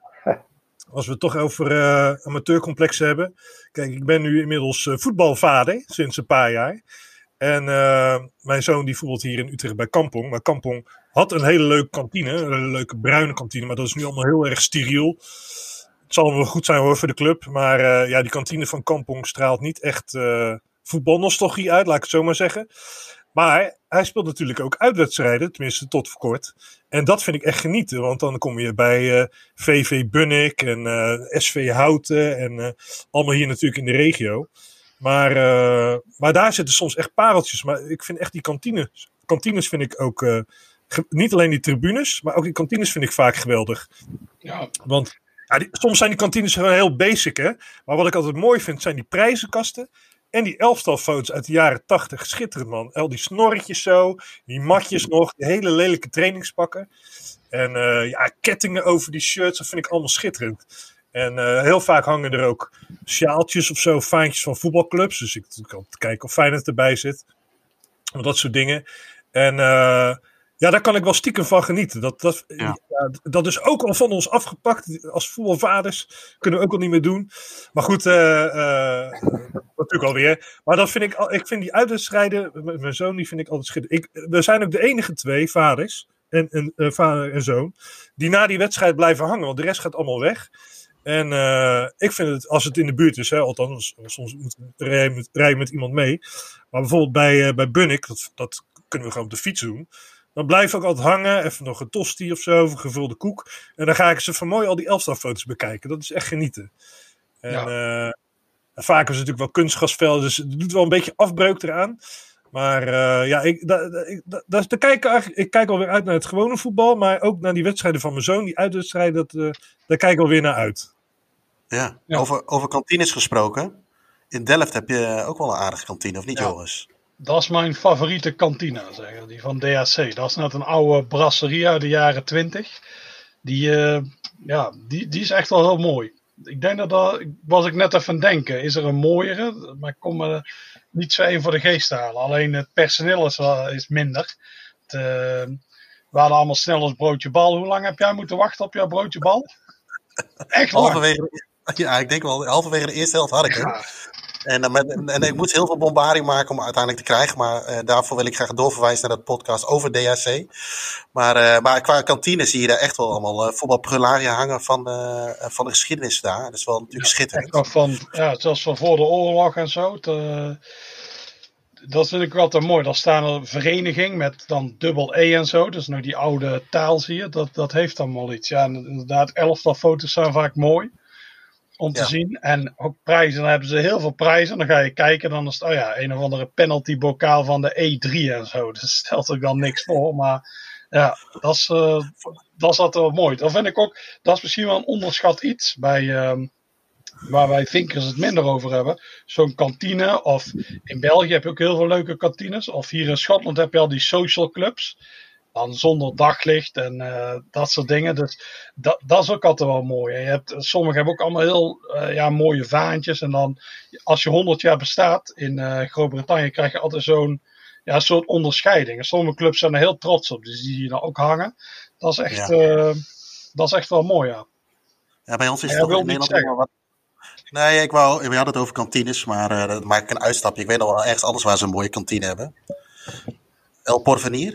als we het toch over uh, amateurcomplexen hebben. Kijk, ik ben nu inmiddels uh, voetbalvader, sinds een paar jaar. En uh, mijn zoon die voetbalt hier in Utrecht bij Kampong. Maar Kampong had een hele leuke kantine, een hele leuke bruine kantine. Maar dat is nu allemaal heel erg steriel. Het zal wel goed zijn hoor voor de club. Maar uh, ja, die kantine van Kampong straalt niet echt uh, voetbalnostalgie uit, laat ik het zo maar zeggen. Maar hij speelt natuurlijk ook uitwedstrijden, tenminste tot voor kort. En dat vind ik echt genieten, want dan kom je bij uh, V V Bunnik en uh, S V Houten en uh, allemaal hier natuurlijk in de regio. Maar, uh, maar daar zitten soms echt pareltjes. Maar ik vind echt die kantines, kantines vind ik ook, uh, ge- niet alleen die tribunes, maar ook die kantines vind ik vaak geweldig. Ja. Want ja, die, soms zijn die kantines gewoon heel basic, hè. Maar wat ik altijd mooi vind, zijn die prijzenkasten. En die elftalfoto's uit de jaren tachtig. Schitterend, man. Al die snorretjes zo. Die matjes nog. Die hele lelijke trainingspakken. En uh, ja, kettingen over die shirts. Dat vind ik allemaal schitterend. En uh, heel vaak hangen er ook sjaaltjes of zo. Faantjes van voetbalclubs. Dus ik kan kijken of Feyenoord erbij zit. Dat soort dingen. En uh, ja, daar kan ik wel stiekem van genieten. Dat, dat, Ja. ja, dat is ook al van ons afgepakt. Als voetbalvaders kunnen we ook al niet meer doen. Maar goed, uh, uh, natuurlijk alweer. Maar dat vind ik, al, ik vind die uitwedstrijden, m- mijn zoon, die vind ik altijd schitterend. Ik, we zijn ook de enige twee vaders, en, en, uh, vader en zoon, die na die wedstrijd blijven hangen. Want de rest gaat allemaal weg. En uh, ik vind het, als het in de buurt is, hè, althans, soms moet rijden met, rijden met iemand mee. Maar bijvoorbeeld bij, uh, bij Bunnik, dat, dat kunnen we gewoon op de fiets doen. Dan blijf ik ook altijd hangen, even nog een tosti of zo, of een gevulde koek. En dan ga ik ze van mooi al die elftalfoto's bekijken. Dat is echt genieten. En ja. uh, vaak is het natuurlijk wel kunstgrasvelden, dus het doet wel een beetje afbreuk eraan. Maar uh, ja, ik, da, da, ik, da, da, da kijk ik, ik kijk alweer uit naar het gewone voetbal, maar ook naar die wedstrijden van mijn zoon, die uitwedstrijden, dat, uh, daar kijk ik alweer naar uit. Ja, Ja. Over, over kantines gesproken. In Delft heb je ook wel een aardige kantine, of niet, Ja. Joris? Dat is mijn favoriete kantine, zeggen die van D H C. Dat is net een oude brasserie uit de jaren twintig. Die, uh, ja, die, die is echt wel heel mooi. Ik denk dat dat, was ik net even aan het denken, is er een mooiere? Maar ik kon me niet zo één voor de geest halen. Alleen het personeel is, wel, is minder. Het, uh, we hadden allemaal snel als broodje bal. Hoe lang heb jij moeten wachten op jouw broodje bal? Echt lang. Halverwege, ja, ik denk wel, halverwege de eerste helft had ik hem. Ja. En, en, en, en ik moest heel veel bombarding maken om uiteindelijk te krijgen. Maar uh, daarvoor wil ik graag doorverwijzen naar dat podcast over D H C. Maar, uh, maar qua kantine zie je daar echt wel allemaal uh, voetbalprularia hangen van, uh, van de geschiedenis daar. Dat is wel natuurlijk Ja, schitterend. echt nog van, ja, zelfs van voor de oorlog en zo. Te, dat vind ik wel te mooi. Daar staan er vereniging met dan dubbel E en zo. Dus nog die oude taal zie je. Dat, dat heeft allemaal iets. Ja, en inderdaad, elftal foto's zijn vaak mooi om te Ja. zien. En ook prijzen, dan hebben ze heel veel prijzen. Dan ga je kijken, dan is het, oh ja, een of andere penalty bokaal van de E drie en zo. Dus stelt ook dan niks voor. Maar ja, dat is, uh, dat is altijd wel mooi. Dat vind ik ook, dat is misschien wel een onderschat iets bij, um, waar wij Vinkers het minder over hebben. Zo'n kantine, of in België heb je ook heel veel leuke kantines. Of hier in Schotland heb je al die social clubs. Dan zonder daglicht en uh, dat soort dingen. Dus dat, dat is ook altijd wel mooi. En je hebt, sommigen hebben ook allemaal heel uh, ja, mooie vaantjes. En dan, als je honderd jaar bestaat in uh, Groot-Brittannië, krijg je altijd zo'n ja, soort onderscheiding. En sommige clubs zijn er heel trots op. Dus die zie je dan ook hangen. Dat is echt, Ja. uh, dat is echt wel mooi, ja. Ja, bij ons is Ja, het toch wil in niet Nederland nog wel wat. Nee, ik wou, we hadden het over kantines, maar uh, dat maak ik een uitstapje. Ik weet nog wel ergens anders waar ze een mooie kantine hebben. El Porvenir.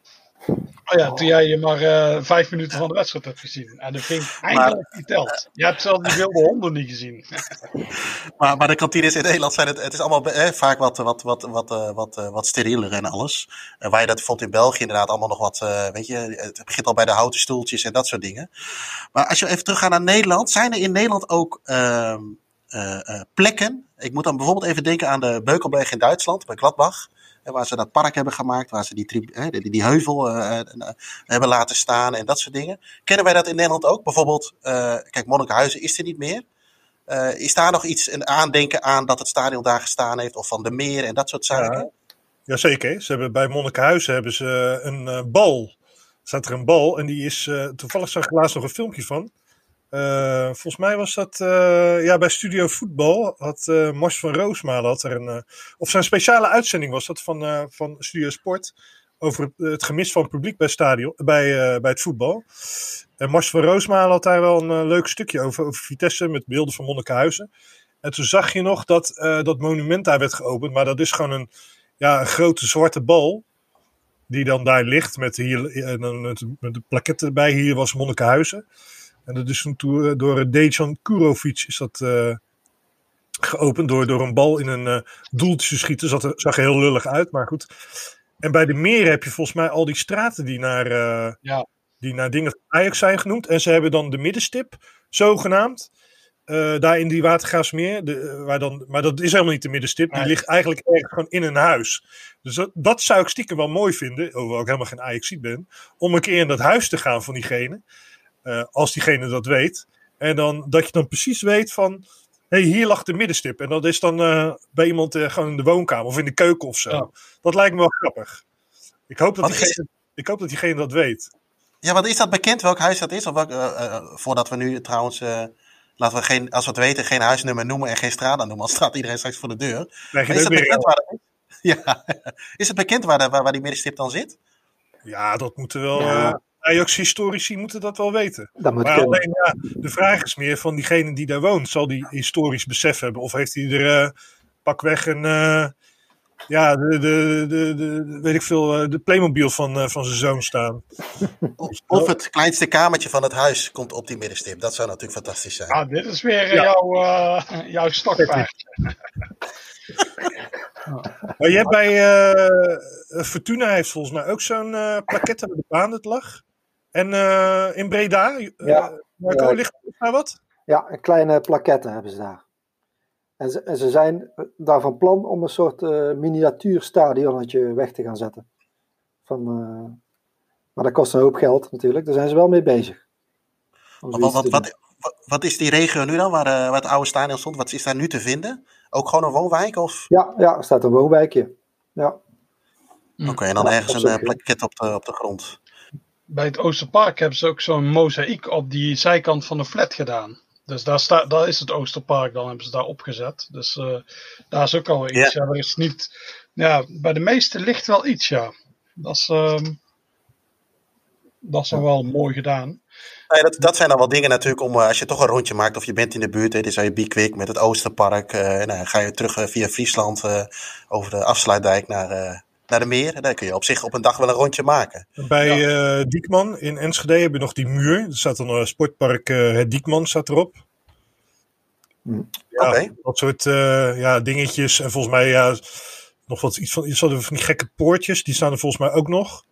Oh ja, toen jij je maar uh, vijf minuten van de wedstrijd hebt gezien. En dat vind ik eigenlijk Maar, niet telt. Je hebt zelfs die wilde honden niet gezien. Maar, maar de kantines in Nederland zijn het, het is allemaal eh, vaak wat, wat, wat, wat, uh, wat, uh, wat sterieler en alles. Uh, waar je dat vond in België inderdaad allemaal nog wat, uh, weet je, het begint al bij de houten stoeltjes en dat soort dingen. Maar als je even teruggaat naar Nederland, zijn er in Nederland ook uh, uh, uh, plekken? Ik moet dan bijvoorbeeld even denken aan de Beukelberg in Duitsland, bij Gladbach. waar ze dat park hebben gemaakt, waar ze die, tri- hè, die, die heuvel uh, uh, hebben laten staan en dat soort dingen. Kennen wij dat in Nederland ook? Bijvoorbeeld, uh, kijk, Monnikenhuizen is er niet meer. Uh, is daar nog iets, een aandenken aan dat het stadion daar gestaan heeft, of van de Meer en dat soort zaken? Ja. Jazeker, ze hebben bij Monnikenhuizen hebben ze een uh, bal. Er staat er een bal en die is, uh, toevallig zag ik laatst nog een filmpje van. Uh, volgens mij was dat uh, ja, bij Studio Voetbal had uh, Mars van Roosmalen had er een uh, of zijn speciale uitzending was dat van, uh, van Studio Sport over het, het gemis van het publiek bij, stadion, bij, uh, bij het voetbal. En Mars van Roosmalen had daar wel een uh, leuk stukje over, over Vitesse met beelden van Monnikenhuizen. En toen zag je nog dat uh, dat monument daar werd geopend, maar dat is gewoon een, ja, een grote zwarte bal die dan daar ligt met, hier, uh, met, met de plaketten erbij. Hier was Monnikenhuizen. En dat is toen door Dejan Kurovic is dat uh, geopend door, door een bal in een uh, doeltje te schieten. Zat er, zag er heel lullig uit, maar goed. En bij de Meer heb je volgens mij al die straten die naar, uh, ja. die naar dingen van Ajax zijn genoemd. En ze hebben dan de middenstip, zogenaamd, uh, daar in die Watergraafsmeer. De, uh, waar dan, maar dat is helemaal niet de middenstip. Die nee. ligt eigenlijk ergens gewoon in een huis. Dus dat, dat zou ik stiekem wel mooi vinden, hoewel ik helemaal geen Ajaxiet ben, om een keer in dat huis te gaan van diegene. Uh, als diegene dat weet. En dan, dat je dan precies weet van, hé, hey, hier lag de middenstip. En dat is dan uh, bij iemand uh, gewoon in de woonkamer of in de keuken of zo. Ja. Dat lijkt me wel grappig. Ik hoop dat, diegene, is... ik hoop dat diegene dat weet. Ja, wat is dat bekend welk huis dat is? Of welk, uh, uh, voordat we nu trouwens, uh, laten we geen, als we het weten, geen huisnummer noemen en geen straat aan noemen. Als staat iedereen straks voor de deur. Nee, is, het bekend waar de, ja. is het bekend waar, de, waar, waar die middenstip dan zit? Ja, dat moeten wel... Ja. Uh, Ajax-historici moeten dat wel weten. Dat moet maar alleen, ja, de vraag is meer van diegene die daar woont. Zal die historisch besef hebben? Of heeft hij er uh, pakweg een... Uh, ja, de, de, de, de, weet ik veel, uh, de Playmobil van, uh, van zijn zoon staan. Of, of het kleinste kamertje van het huis komt op die middenstip. Dat zou natuurlijk fantastisch zijn. Ah, dit is weer uh, ja. jouw, uh, jouw stokpaard. Maar je hebt bij uh, Fortuna heeft volgens mij ook zo'n uh, plaquette bij de baan dat lag. En uh, in Breda, uh, ja. Marco, ja. ligt daar wat? Ja, een kleine plaquette hebben ze daar. En ze, en ze zijn daar van plan om een soort uh, miniatuurstadionnetje weg te gaan zetten. Van, uh, maar dat kost een hoop geld natuurlijk, daar zijn ze wel mee bezig. Wat, wat, wat, wat is die regio nu dan, waar, uh, waar het oude stadion stond? Wat is daar nu te vinden? Ook gewoon een woonwijk? Of? Ja, ja, er staat een woonwijkje. Ja. Oké, okay, en dan ja, ergens een uh, plaquette op de, op de grond. Bij het Oosterpark hebben ze ook zo'n mozaïek op die zijkant van de flat gedaan. Dus daar, sta, daar is het Oosterpark, dan hebben ze daar opgezet. Dus uh, daar is ook al iets. Yeah. Ja, er is niet, ja, bij de meeste ligt wel iets, ja. Dat is, uh, dat is dan wel mooi gedaan. Nee, dat, dat zijn dan wel dingen natuurlijk om, uh, als je toch een rondje maakt of je bent in de buurt, hè, dan zou je Be Quick met het Oosterpark. Uh, en dan ga je terug uh, via Friesland uh, over de Afsluitdijk naar... Uh, naar de Meer. En dan kun je op zich op een dag wel een rondje maken. Bij ja. uh, Diekman in Enschede heb je nog die muur. Er staat een uh, sportpark uh, Het Diekman staat erop. Ja, okay. Dat soort uh, ja, dingetjes. En volgens mij ja, nog wat iets van, van die gekke poortjes. Die staan er volgens mij ook nog.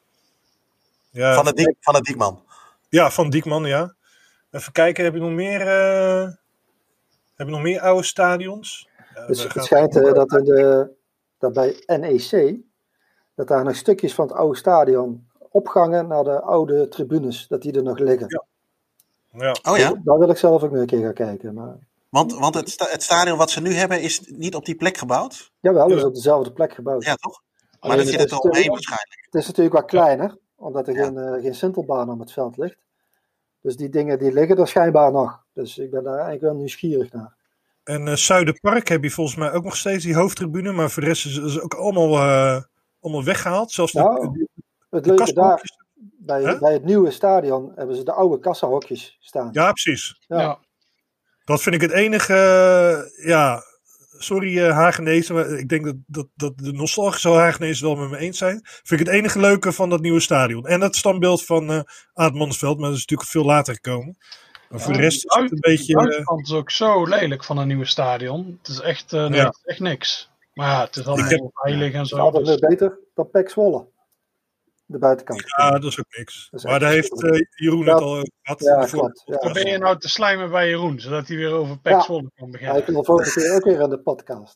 Ja, van, het Diek, van het Diekman. Ja, van Diekman, ja. Even kijken, heb je nog meer, uh, heb je nog meer oude stadions? Ja, dus het schijnt uh, dat in de... dat bij N E C, dat daar nog stukjes van het oude stadion opgangen naar de oude tribunes, dat die er nog liggen. Ja. Ja. Oh ja? Daar wil ik zelf ook nog een keer gaan kijken. Maar... Want, want het, sta- het stadion wat ze nu hebben is niet op die plek gebouwd? Jawel, het is op dezelfde plek gebouwd. Ja, toch? Maar Alleen dat zit er omheen waarschijnlijk. Het is natuurlijk wat kleiner, omdat er ja. geen, uh, geen sintelbaan om het veld ligt. Dus die dingen die liggen er schijnbaar nog. Dus ik ben daar eigenlijk wel nieuwsgierig naar. En uh, Zuiderpark heb je volgens mij ook nog steeds die hoofdtribune, maar voor de rest is het ook allemaal, uh, allemaal weggehaald. Zelfs de, nou, de, het de leuke daar, bij, huh? bij het nieuwe stadion hebben ze de oude kassahokjes staan. Ja, precies. Ja. Ja. Dat vind ik het enige, uh, ja, sorry uh, Hagenezen, maar ik denk dat, dat, dat de nostalgische Hagenezen wel met me eens zijn. Vind ik het enige leuke van dat nieuwe stadion. En dat standbeeld van uh, Aad Mansveld, maar dat is natuurlijk veel later gekomen. Maar voor ja, de rest is het een beetje... De buitenkant is ook zo lelijk van een nieuwe stadion. Het is echt, uh, nee, ja. het is echt niks. Maar ja, het is allemaal heb... veilig en zo. Het is altijd dus... beter dan P E C Zwolle. De buitenkant. Ja, dat is ook niks. Is maar daar heeft uh, Jeroen ja. het al gehad. Ja, klopt. Ja. Dan ben je nou te slijmen bij Jeroen, zodat hij weer over P E C ja. Zwolle kan beginnen. Ja, ik wil de volgende keer ook weer aan de podcast.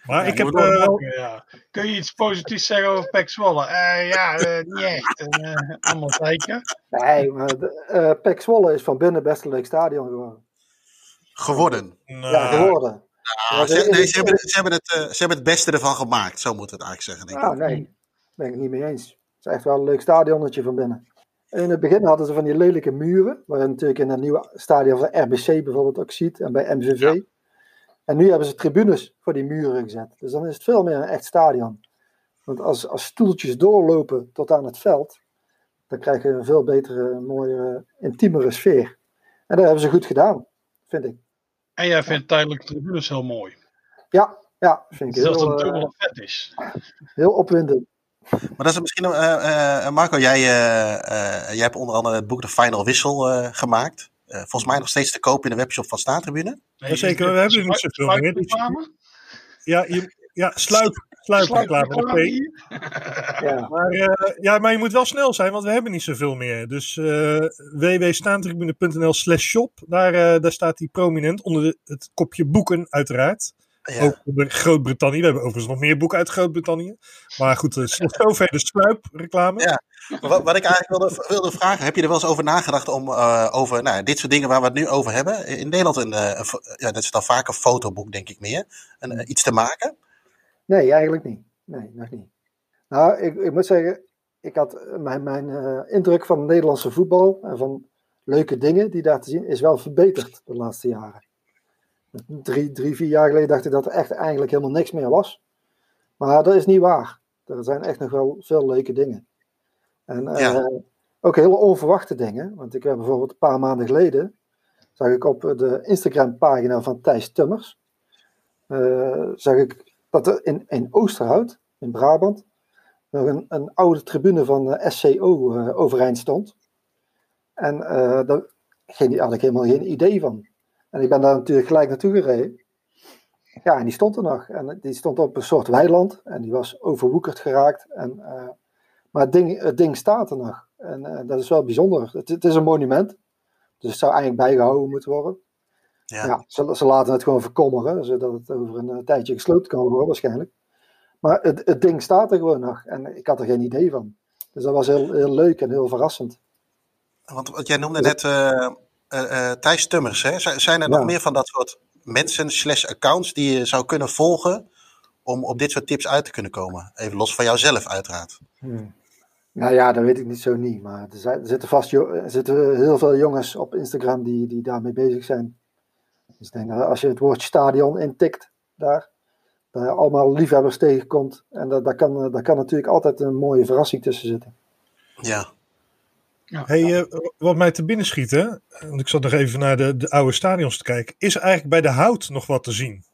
Maar Ja, ik heb moet wel uh, melken, ja. Kun je iets positiefs zeggen over Pek Zwolle? Uh, ja, uh, niet echt. Uh, allemaal zeiken. Nee, maar de, uh, Pek Zwolle is van binnen best een leuk stadion geworden. Geworden. Nou, ja, geworden. Nou, ze, nee, ze, hebben, ze, hebben het, uh, ze hebben het beste ervan gemaakt. Zo moet het eigenlijk zeggen, denk nou, ik. Nee, daar ben ik het niet mee eens. Het is echt wel een leuk stadionnetje van binnen. In het begin hadden ze van die lelijke muren, waar je natuurlijk in een nieuwe stadion van R B C bijvoorbeeld ook ziet, en bij M V V. Ja. En nu hebben ze tribunes voor die muren gezet. Dus dan is het veel meer een echt stadion. Want als, als stoeltjes doorlopen tot aan het veld, dan krijg je een veel betere, mooiere, intiemere sfeer. En dat hebben ze goed gedaan, vind ik. En jij vindt tijdelijke tribunes heel mooi. Ja, ja vind ik dat heel... Dat het dubbele uh, vet is. Heel opwindend. Maar dat is misschien... Uh, uh, Marco, jij, uh, uh, jij hebt onder andere het boek De Final Whistle uh, gemaakt. Uh, volgens mij nog steeds te koop in de webshop van Staantribune. Nee, Jazeker, we hebben er niet zoveel meer. Ja, je, ja, sluip. Sluipreclame. Ja. Maar, uh, ja, maar je moet wel snel zijn, want we hebben niet zoveel meer. Dus uh, w w w punt staantribune punt n l slash shop, daar, uh, daar staat die prominent onder de, het kopje boeken uiteraard. Ja. Ook onder Groot-Brittannië. We hebben overigens nog meer boeken uit Groot-Brittannië. Maar goed, uh, zover de sluipreclame. Ja. Wat, wat ik eigenlijk wilde, wilde vragen, heb je er wel eens over nagedacht om uh, over nou, dit soort dingen waar we het nu over hebben, in Nederland een, uh, een ja, dat is dan vaak een fotoboek, denk ik meer, een, uh, iets te maken? Nee, eigenlijk niet. Nee, nog niet. Nou, ik, ik moet zeggen, ik had mijn, mijn uh, indruk van het Nederlandse voetbal en van leuke dingen die daar te zien, is wel verbeterd de laatste jaren. Drie, drie, vier jaar geleden dacht ik dat er echt eigenlijk helemaal niks meer was. Maar dat is niet waar. Er zijn echt nog wel veel leuke dingen. En uh, ja. ook hele onverwachte dingen. Want ik heb bijvoorbeeld een paar maanden geleden, zag ik op de Instagram pagina van Thijs Tummers, uh, zag ik dat er in, in Oosterhout, in Brabant, nog een, een oude tribune van uh, S C O uh, overeind stond. En uh, daar had ik helemaal geen idee van. En ik ben daar natuurlijk gelijk naartoe gereden. Ja, en die stond er nog. En die stond op een soort weiland. En die was overwoekerd geraakt. En, uh, maar het ding, het ding staat er nog. En uh, dat is wel bijzonder. Het, het is een monument. Dus het zou eigenlijk bijgehouden moeten worden. Ja. Ja, ze, ze laten het gewoon verkommeren. Zodat het over een uh, tijdje gesloten kan worden waarschijnlijk. Maar het, het ding staat er gewoon nog. En ik had er geen idee van. Dus dat was heel, heel leuk en heel verrassend. Want wat jij noemde net uh, uh, uh, Thijs Tummers. Hè? Zijn er ja. nog meer van dat soort mensen slash accounts die je zou kunnen volgen om op dit soort tips uit te kunnen komen? Even los van jouzelf uiteraard. Hmm. Nou ja, dat weet ik niet zo niet. Maar er, zijn, er, zitten vast jo- er zitten heel veel jongens op Instagram die, die daarmee bezig zijn. Dus ik denk dat als je het woord stadion intikt daar, dat je allemaal liefhebbers tegenkomt. En dat, dat, kan, dat kan natuurlijk altijd een mooie verrassing tussen zitten. Ja. Ja, hey, ja. Uh, wat mij te binnen schiet, hè? Want ik zat nog even naar de, de oude stadions te kijken. Is er eigenlijk bij de Hout nog wat te zien?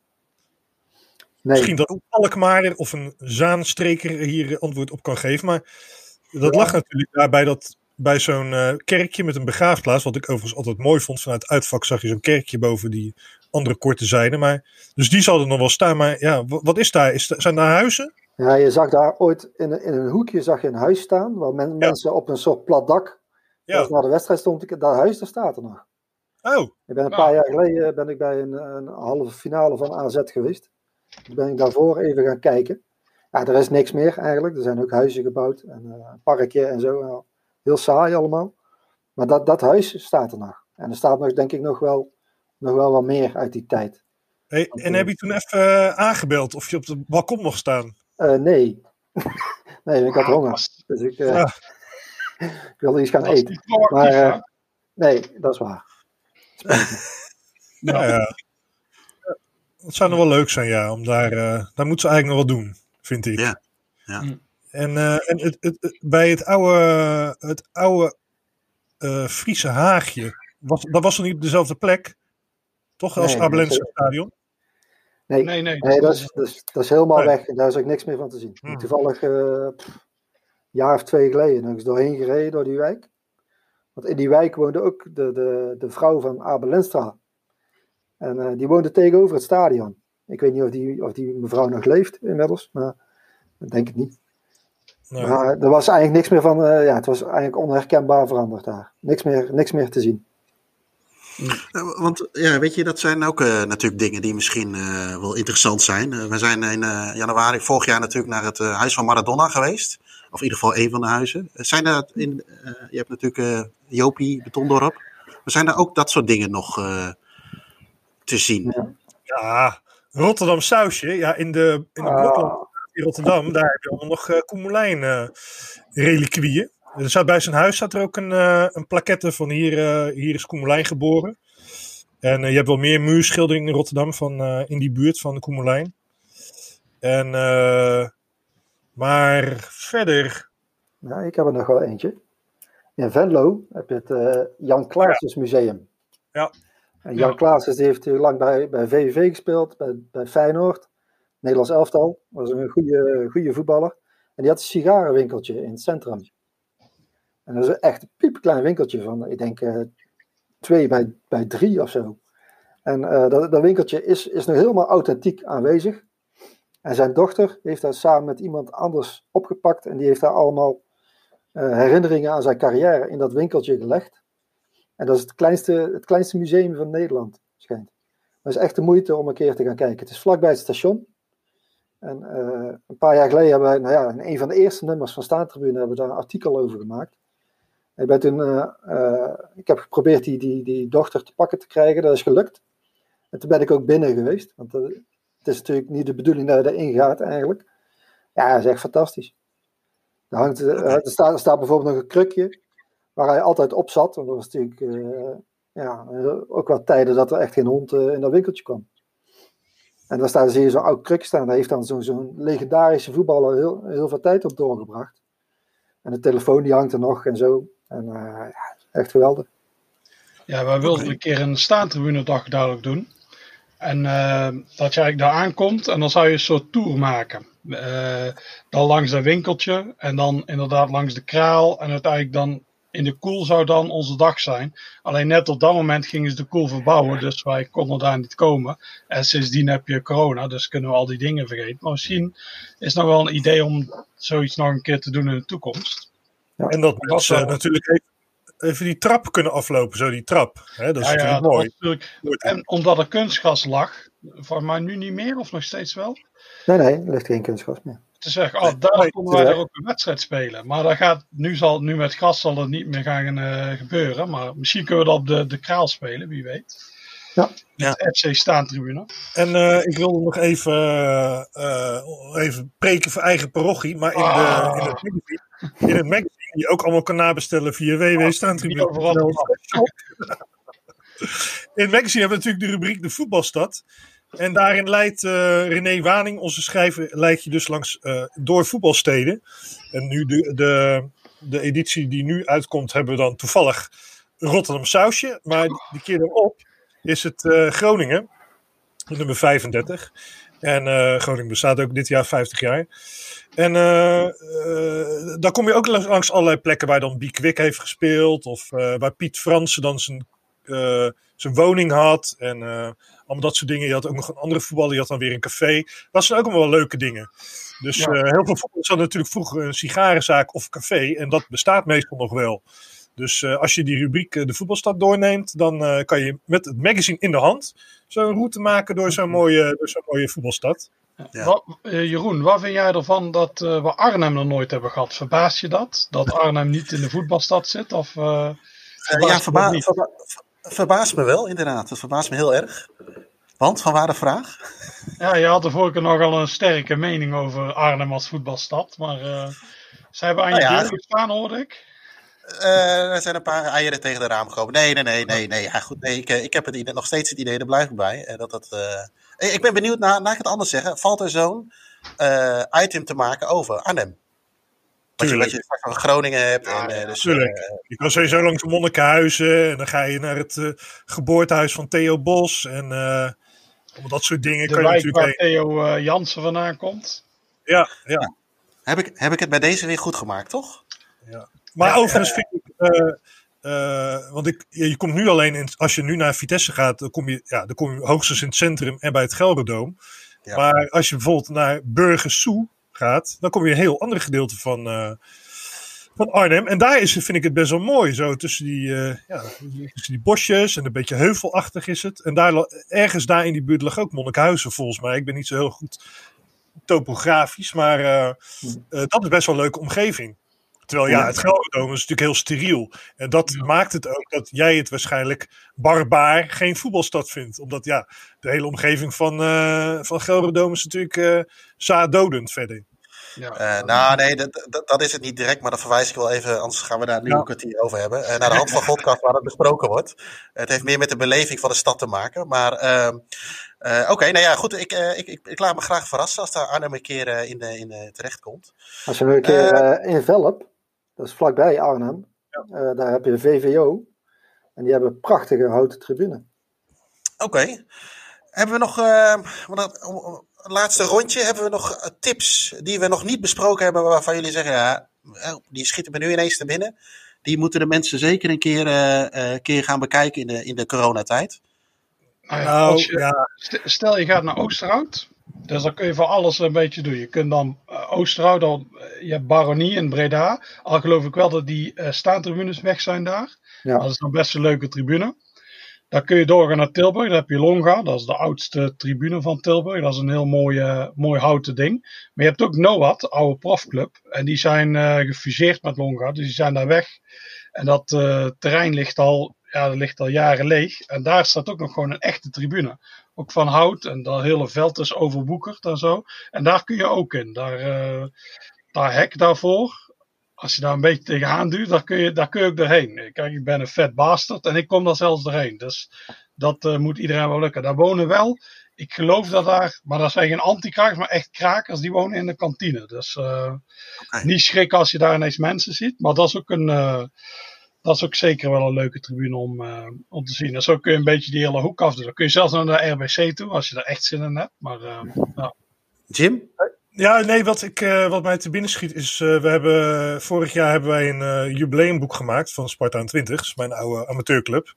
Nee. Misschien dat een Alkmaarder of een Zaanstreker hier antwoord op kan geven. Maar dat ja. lag natuurlijk daar bij, dat, bij zo'n uh, kerkje met een begraafplaats. Wat ik overigens altijd mooi vond. Vanuit het uitvak zag je zo'n kerkje boven die andere korte zijde. Maar, dus die zal er nog wel staan. Maar ja, wat, wat is daar? Is, zijn daar huizen? Ja, je zag daar ooit in een, in een hoekje zag je een huis staan. Waar men, ja. mensen op een soort plat dak. Ja. Als naar de wedstrijd stond, dat huis, daar staat er nog. Oh. Ik ben een paar oh. jaar geleden ben ik bij een, een halve finale van A Z geweest. Toen ben ik daarvoor even gaan kijken. Ja, er is niks meer eigenlijk. Er zijn ook huizen gebouwd. En uh, een parkje en zo. Heel saai allemaal. Maar dat, dat huis staat er nog. En er staat nog, denk ik, nog wel, nog wel wat meer uit die tijd. Hey, Want, en uh, heb je toen even uh, aangebeld of je op het balkon mocht staan? Uh, nee. nee, ik had honger. Dus ik... Uh, ah. Ik wilde iets gaan dat eten. Maar uh, nee, dat is waar. ja, ja. Het zou nog wel leuk zijn, ja. Om daar, uh, daar moeten ze eigenlijk nog wat doen, vind ik. Ja. ja. En, uh, en het, het, het, bij het oude, het oude uh, Friese Haagje, was, dat was nog niet op dezelfde plek, toch? Als nee, Abelense Stadion? Nee, nee, nee, nee dat, is, dat, is, dat is helemaal nee. weg. Daar is ook niks meer van te zien. Hmm. Toevallig... Uh, pff, een jaar of twee geleden nog eens doorheen gereden door die wijk. Want in die wijk woonde ook de, de, de vrouw van Abel Lenstra. En uh, die woonde tegenover het stadion. Ik weet niet of die, of die mevrouw nog leeft inmiddels, maar ik denk het niet. Nee. Maar er was eigenlijk niks meer van, uh, ja, het was eigenlijk onherkenbaar veranderd daar. Niks meer, niks meer te zien. Uh, want ja, weet je, dat zijn ook uh, natuurlijk dingen die misschien uh, wel interessant zijn. Uh, we zijn in uh, januari vorig jaar natuurlijk naar het uh, huis van Maradona geweest. Of in ieder geval een van de huizen. Zijn er in, uh, je hebt natuurlijk uh, Jopie, Betondorp. Maar zijn er ook dat soort dingen nog uh, te zien? Ja, ja, Rotterdam sausje. Ja, in de, in de Blokland in Rotterdam, daar heb je allemaal nog uh, Koemelijn uh, reliquieën. Er staat bij zijn huis staat er ook een, uh, een plaquette van hier, uh, hier is Koemelijn geboren. En uh, je hebt wel meer muurschilderingen in Rotterdam van, uh, in die buurt van de Koemelijn. En, uh, maar verder... Ja, ik heb er nog wel eentje. In Venlo heb je het uh, Jan Claessens ja. Museum. Ja. En Jan ja. Claessens die heeft heel lang bij, bij V V V gespeeld, bij, bij Feyenoord. Nederlands elftal. Was een goede, goede voetballer. En die had een sigarenwinkeltje in het centrum. En dat is echt een piepklein winkeltje van, ik denk, uh, twee bij, bij drie of zo. En uh, dat, dat winkeltje is, is nog helemaal authentiek aanwezig. En zijn dochter heeft dat samen met iemand anders opgepakt. En die heeft daar allemaal uh, herinneringen aan zijn carrière in dat winkeltje gelegd. En dat is het kleinste, het kleinste museum van Nederland, schijnt. Maar het is echt de moeite om een keer te gaan kijken. Het is vlakbij het station. En uh, een paar jaar geleden hebben wij, nou ja, in een van de eerste nummers van Staantribune hebben we daar een artikel over gemaakt. Ik, ben toen, uh, uh, ik heb geprobeerd die, die, die dochter te pakken te krijgen. Dat is gelukt. En toen ben ik ook binnen geweest. Want uh, het is natuurlijk niet de bedoeling dat je erin gaat eigenlijk. Ja, dat is echt fantastisch. Er, hangt, uh, er, staat, er staat bijvoorbeeld nog een krukje waar hij altijd op zat. Want dat was natuurlijk uh, ja, ook wat tijden dat er echt geen hond uh, in dat winkeltje kwam. En daar staat, zie je zo'n oud kruk staan. Daar heeft dan zo'n, zo'n legendarische voetballer heel, heel veel tijd op doorgebracht. En de telefoon die hangt er nog en zo. En uh, ja, echt geweldig. Ja, wij wilden een keer een Staantribunedag duidelijk doen. En uh, dat je eigenlijk daar aankomt en dan zou je een soort tour maken. Uh, dan langs dat winkeltje en dan inderdaad langs de kraal. En uiteindelijk dan in de koel zou dan onze dag zijn. Alleen net op dat moment gingen ze de koel verbouwen. Dus wij konden daar niet komen. En sindsdien heb je corona. Dus kunnen we al die dingen vergeten. Maar misschien is het nog wel een idee om zoiets nog een keer te doen in de toekomst. Ja. En dat mensen uh, natuurlijk even, even die trap kunnen aflopen. Zo die trap. Hè? Dat is ja, natuurlijk ja, mooi. Natuurlijk, en omdat er kunstgas lag. Voor mij nu niet meer of nog steeds wel? Nee, nee. Er ligt geen kunstgas meer. Te zeggen, oh, daar nee, konden wij er ook een wedstrijd spelen. Maar dat gaat, nu, zal, nu met gas zal het niet meer gaan uh, gebeuren. Maar misschien kunnen we dat op de, de kraal spelen, wie weet. Ja. Ja. F C Staantribune. En uh, ik wilde nog even, uh, uh, even preken voor eigen parochie. Maar in, ah. de, in, het, magazine, in het magazine, die je ook allemaal kan nabestellen via w w w punt staantribune punt n l. In het magazine hebben we natuurlijk de rubriek De Voetbalstad. En daarin leidt uh, René Waning, onze schrijver, leidt je dus langs uh, door voetbalsteden. En nu de, de, de editie die nu uitkomt, hebben we dan toevallig Rotterdam sausje. Maar die keer erop is het uh, Groningen, nummer vijfendertig. En uh, Groningen bestaat ook dit jaar vijftig jaar. En uh, uh, dan kom je ook langs, langs allerlei plekken waar dan Biek Wik heeft gespeeld. Of uh, waar Piet Fransen dan zijn, uh, zijn woning had. En uh, allemaal dat soort dingen. Je had ook nog een andere voetballer, die had dan weer een café. Dat zijn ook allemaal wel leuke dingen. Dus ja. uh, heel veel voetballers hadden natuurlijk vroeger een sigarenzaak of café. En dat bestaat meestal nog wel. Dus uh, als je die rubriek uh, De Voetbalstad doorneemt, dan uh, kan je met het magazine in de hand zo'n route maken door zo'n mooie, door zo'n mooie voetbalstad. Ja. Wat, uh, Jeroen, wat vind jij ervan dat uh, we Arnhem nog nooit hebben gehad? Verbaast je dat? Dat Arnhem niet in de voetbalstad zit? Of, uh, uh, ja, verba- verba- verbaast me wel, inderdaad. Dat verbaast me heel erg. Want, van waar de vraag? Ja, je had er vorige keer nogal een sterke mening over Arnhem als voetbalstad. Maar uh, ze hebben aan je nou ja, deur gestaan, hoorde ik. Uh, er zijn een paar eieren tegen de raam gekomen. Nee, nee, nee, nee, nee. Ja, goed, nee ik, ik heb het idee, nog steeds het idee, daar blijf ik bij. Uh, dat dat, uh... Ik ben benieuwd, naar, laat ik het anders zeggen. Valt er zo'n uh, item te maken over Arnhem? Wat je, wat je van Groningen hebt. Ja, en, uh, dus, tuurlijk. Uh, je kan sowieso langs de Monnikenhuizen. En dan ga je naar het uh, geboortehuis van Theo Bos. En uh, allemaal dat soort dingen. De kan je wijk natuurlijk waar Theo uh, Jansen vandaan komt. Ja, ja. ja. Heb, ik, heb ik het bij deze weer goed gemaakt, toch? Ja. Maar ja, overigens vind ik, uh, uh, want ik, je komt nu alleen, in, als je nu naar Vitesse gaat, dan kom je, ja, dan kom je hoogstens in het centrum en bij het Gelderdoom. Ja. Maar als je bijvoorbeeld naar Burgersoe gaat, dan kom je een heel ander gedeelte van, uh, van Arnhem. En daar is, vind ik het best wel mooi. Zo tussen die, uh, ja, tussen die bosjes en een beetje heuvelachtig is het. En daar, ergens daar in die buurt lag ook Monnikhuizen volgens mij. Ik ben niet zo heel goed topografisch, maar uh, uh, dat is best wel een leuke omgeving. Terwijl ja, het Gelredome is natuurlijk heel steriel. En dat ja. maakt het ook dat jij het waarschijnlijk barbaar geen voetbalstad vindt. Omdat ja, de hele omgeving van, uh, van Gelredome is natuurlijk uh, zaaddodend verder. Ja. Uh, nou nee, dat, dat, dat is het niet direct, maar dat verwijs ik wel even, anders gaan we daar nu ja. een kwartier over hebben. Uh, naar de hand van podcast waar het besproken wordt. Uh, het heeft meer met de beleving van de stad te maken. Maar uh, uh, oké, okay, nou ja, goed, ik, uh, ik, ik, ik laat me graag verrassen als daar Arnhem een keer uh, in, uh, in uh, terecht komt. Als je nu een keer uh, in Velp, dat is vlakbij Arnhem, ja. uh, daar heb je de V V O en die hebben prachtige houten tribune. Oké. Okay. Hebben we nog, uh, wat, uh, laatste rondje, hebben we nog tips die we nog niet besproken hebben, waarvan jullie zeggen, ja, die schieten me nu ineens te binnen. Die moeten de mensen zeker een keer, uh, uh, keer gaan bekijken in de, in de coronatijd. Nou ja, als je, ja. Stel je gaat naar Oosterhout, dus dan kun je voor alles een beetje doen. Je kunt dan uh, Oosterhout, dan, uh, je hebt Baronie in Breda, al geloof ik wel dat die uh, staantribunes weg zijn daar. Ja. Dat is dan best een leuke tribune. Dan kun je doorgaan naar Tilburg, daar heb je Longa, dat is de oudste tribune van Tilburg. Dat is een heel mooi, uh, mooi houten ding. Maar je hebt ook Noat, de oude profclub, en die zijn uh, gefuseerd met Longa, dus die zijn daar weg. En dat uh, terrein ligt al, ja, dat ligt al jaren leeg. En daar staat ook nog gewoon een echte tribune. Ook van hout en dat hele veld is overwoekerd en zo. En daar kun je ook in. Daar, uh, daar hek daarvoor. Als je daar een beetje tegenaan duwt, daar kun je, daar kun je ook doorheen. Kijk, ik ben een vet bastard en ik kom daar zelfs doorheen. Dus dat uh, moet iedereen wel lukken. Daar wonen wel, ik geloof dat daar, maar dat zijn geen anti-krakers, maar echt krakers, die wonen in de kantine. Dus uh, okay. Niet schrikken als je daar ineens mensen ziet. Maar dat is ook, een, uh, dat is ook zeker wel een leuke tribune om, uh, om te zien. En zo kun je een beetje die hele hoek afdoen. Dan kun je zelfs naar de R B C toe, als je er echt zin in hebt. Maar, uh, ja. Jim? Ja, nee, wat, ik, uh, wat mij te binnen schiet is, uh, we hebben, vorig jaar hebben wij een uh, jubileumboek gemaakt van Sparta twintig, dat is mijn oude amateurclub.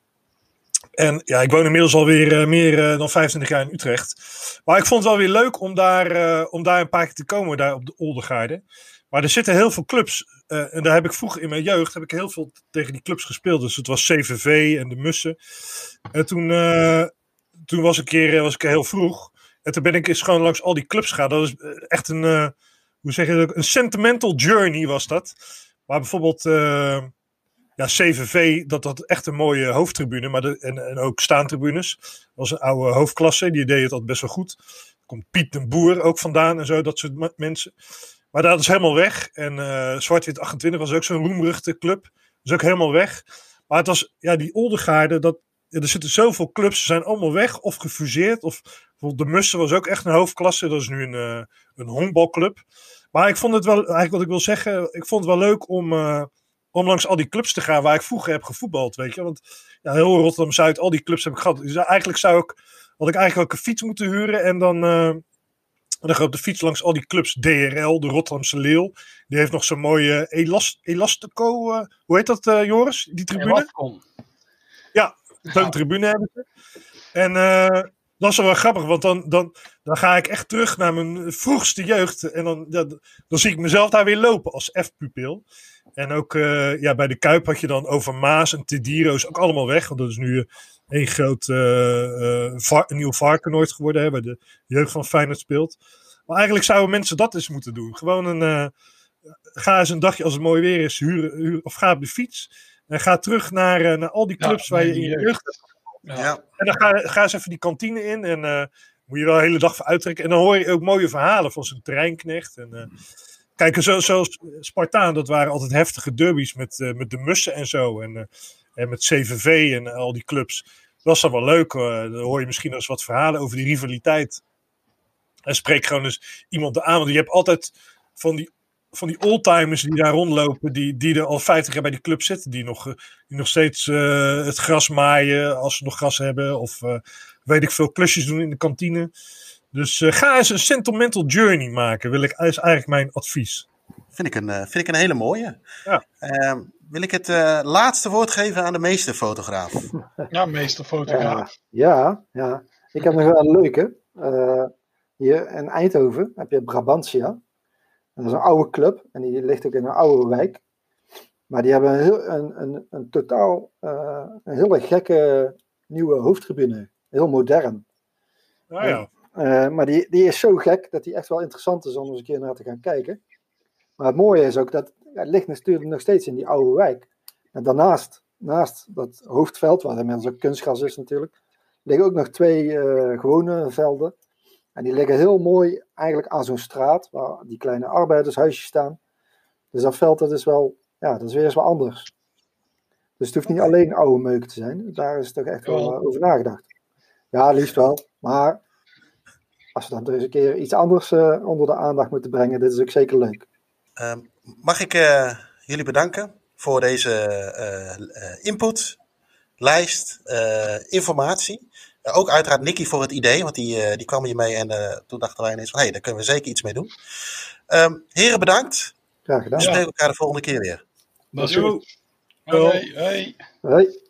En ja, ik woon inmiddels alweer uh, meer uh, dan vijfentwintig jaar in Utrecht. Maar ik vond het wel weer leuk om daar, uh, om daar een paar keer te komen, daar op de Oldegaarde. Maar er zitten heel veel clubs, uh, en daar heb ik vroeger in mijn jeugd, heb ik heel veel tegen die clubs gespeeld. Dus het was C V V en de Mussen. En toen, uh, toen was, een keer, was ik heel vroeg. En toen ben ik eens gewoon langs al die clubs gegaan. Dat is echt een, uh, hoe zeg je dat? Een sentimental journey was dat. Maar bijvoorbeeld, uh, ja, C V V, dat had echt een mooie hoofdtribune. Maar de, en, en ook staantribunes. Dat was een oude hoofdklasse, die deed het altijd best wel goed. Er komt Piet den Boer ook vandaan en zo, dat soort m- mensen. Maar dat is helemaal weg. En uh, Zwart-Wit achtentwintig was ook zo'n roemruchte club. Dat is ook helemaal weg. Maar het was, ja, die Oldegaarde, dat, er zitten zoveel clubs, ze zijn allemaal weg of gefuseerd. Of bijvoorbeeld de Mussen was ook echt een hoofdklasse. Dat is nu een, uh, een honkbalclub. Maar ik vond het wel, eigenlijk wat ik wil zeggen, ik vond het wel leuk om, uh, om langs al die clubs te gaan waar ik vroeger heb gevoetbald, weet je. Want ja, heel Rotterdam-Zuid, al die clubs heb ik gehad. Dus eigenlijk zou ik, had ik eigenlijk ook een fiets moeten huren en dan, uh, dan ga ik op de fiets langs al die clubs. D R L, de Rotterdamse Leeuw. Die heeft nog zo'n mooie elast, Elastico, uh, hoe heet dat, uh, Joris? Die tribune? Elasticon. Ja, zo'n ja. tribune hebben ze. En uh, dat is wel grappig, want dan, dan, dan ga ik echt terug naar mijn vroegste jeugd. En dan, dan, dan zie ik mezelf daar weer lopen als F-pupil. En ook uh, ja, bij de Kuip had je dan Overmaas en Tediro's ook allemaal weg. Want dat is nu een groot uh, uh, var, een nieuw Varkenoord geworden, hè, waar de jeugd van Feyenoord speelt. Maar eigenlijk zouden mensen dat eens moeten doen. Gewoon een, uh, ga eens een dagje als het mooi weer is, huren, huren of ga op de fiets. En ga terug naar, uh, naar al die clubs ja, waar je in je jeugd hebt. Ja. Ja. En dan ga, ga eens even die kantine in en uh, moet je wel de hele dag voor uittrekken. En dan hoor je ook mooie verhalen van zijn terreinknecht. En, uh, kijk, zo, zoals Spartaan, dat waren altijd heftige derbies met, uh, met de Mussen en zo. En, uh, en met C V V en uh, al die clubs. Dat was dan wel leuk. Uh, dan hoor je misschien wel eens wat verhalen over die rivaliteit. En spreek gewoon eens iemand aan. Want je hebt altijd van die van die oldtimers die daar rondlopen, die, die er al vijftig jaar bij die club zitten, die nog, die nog steeds uh, het gras maaien, als ze nog gras hebben, of uh, weet ik veel, klusjes doen in de kantine. Dus uh, ga eens een sentimental journey maken, wil ik, is eigenlijk mijn advies. Vind ik een, uh, vind ik een hele mooie. Ja. Uh, wil ik het uh, laatste woord geven aan de meesterfotograaf? Ja, meesterfotograaf. Ja, ja, ja. Ik heb nog wel een leuke. Uh, hier in Eindhoven heb je Brabantia. Dat is een oude club en die ligt ook in een oude wijk. Maar die hebben een, heel, een, een, een totaal, uh, een hele gekke nieuwe hoofdtribune. Heel modern. Ah, ja. Uh, maar die, die is zo gek dat die echt wel interessant is om eens een keer naar te gaan kijken. Maar het mooie is ook dat ja, het ligt natuurlijk nog steeds in die oude wijk. En daarnaast, naast dat hoofdveld, waar inmiddels ook kunstgras is natuurlijk, liggen ook nog twee uh, gewone velden. En die liggen heel mooi eigenlijk aan zo'n straat, waar die kleine arbeidershuisjes staan. Dus dat veld, dat is wel, ja, dat is weer eens wat anders. Dus het hoeft niet alleen oude meuk te zijn. Daar is toch echt wel uh, over nagedacht. Ja, liefst wel. Maar als we dan dus een keer iets anders uh, onder de aandacht moeten brengen, dit is ook zeker leuk. Uh, mag ik uh, jullie bedanken voor deze uh, uh, input, lijst, uh, informatie. Uh, ook uiteraard Nicky voor het idee, want die, uh, die kwam hier mee en uh, toen dachten wij ineens van, hé, hey, daar kunnen we zeker iets mee doen. Um, heren, bedankt. Graag gedaan. We spreken elkaar de volgende keer weer. Dat is goed. Hoi. Hoi. Hoi.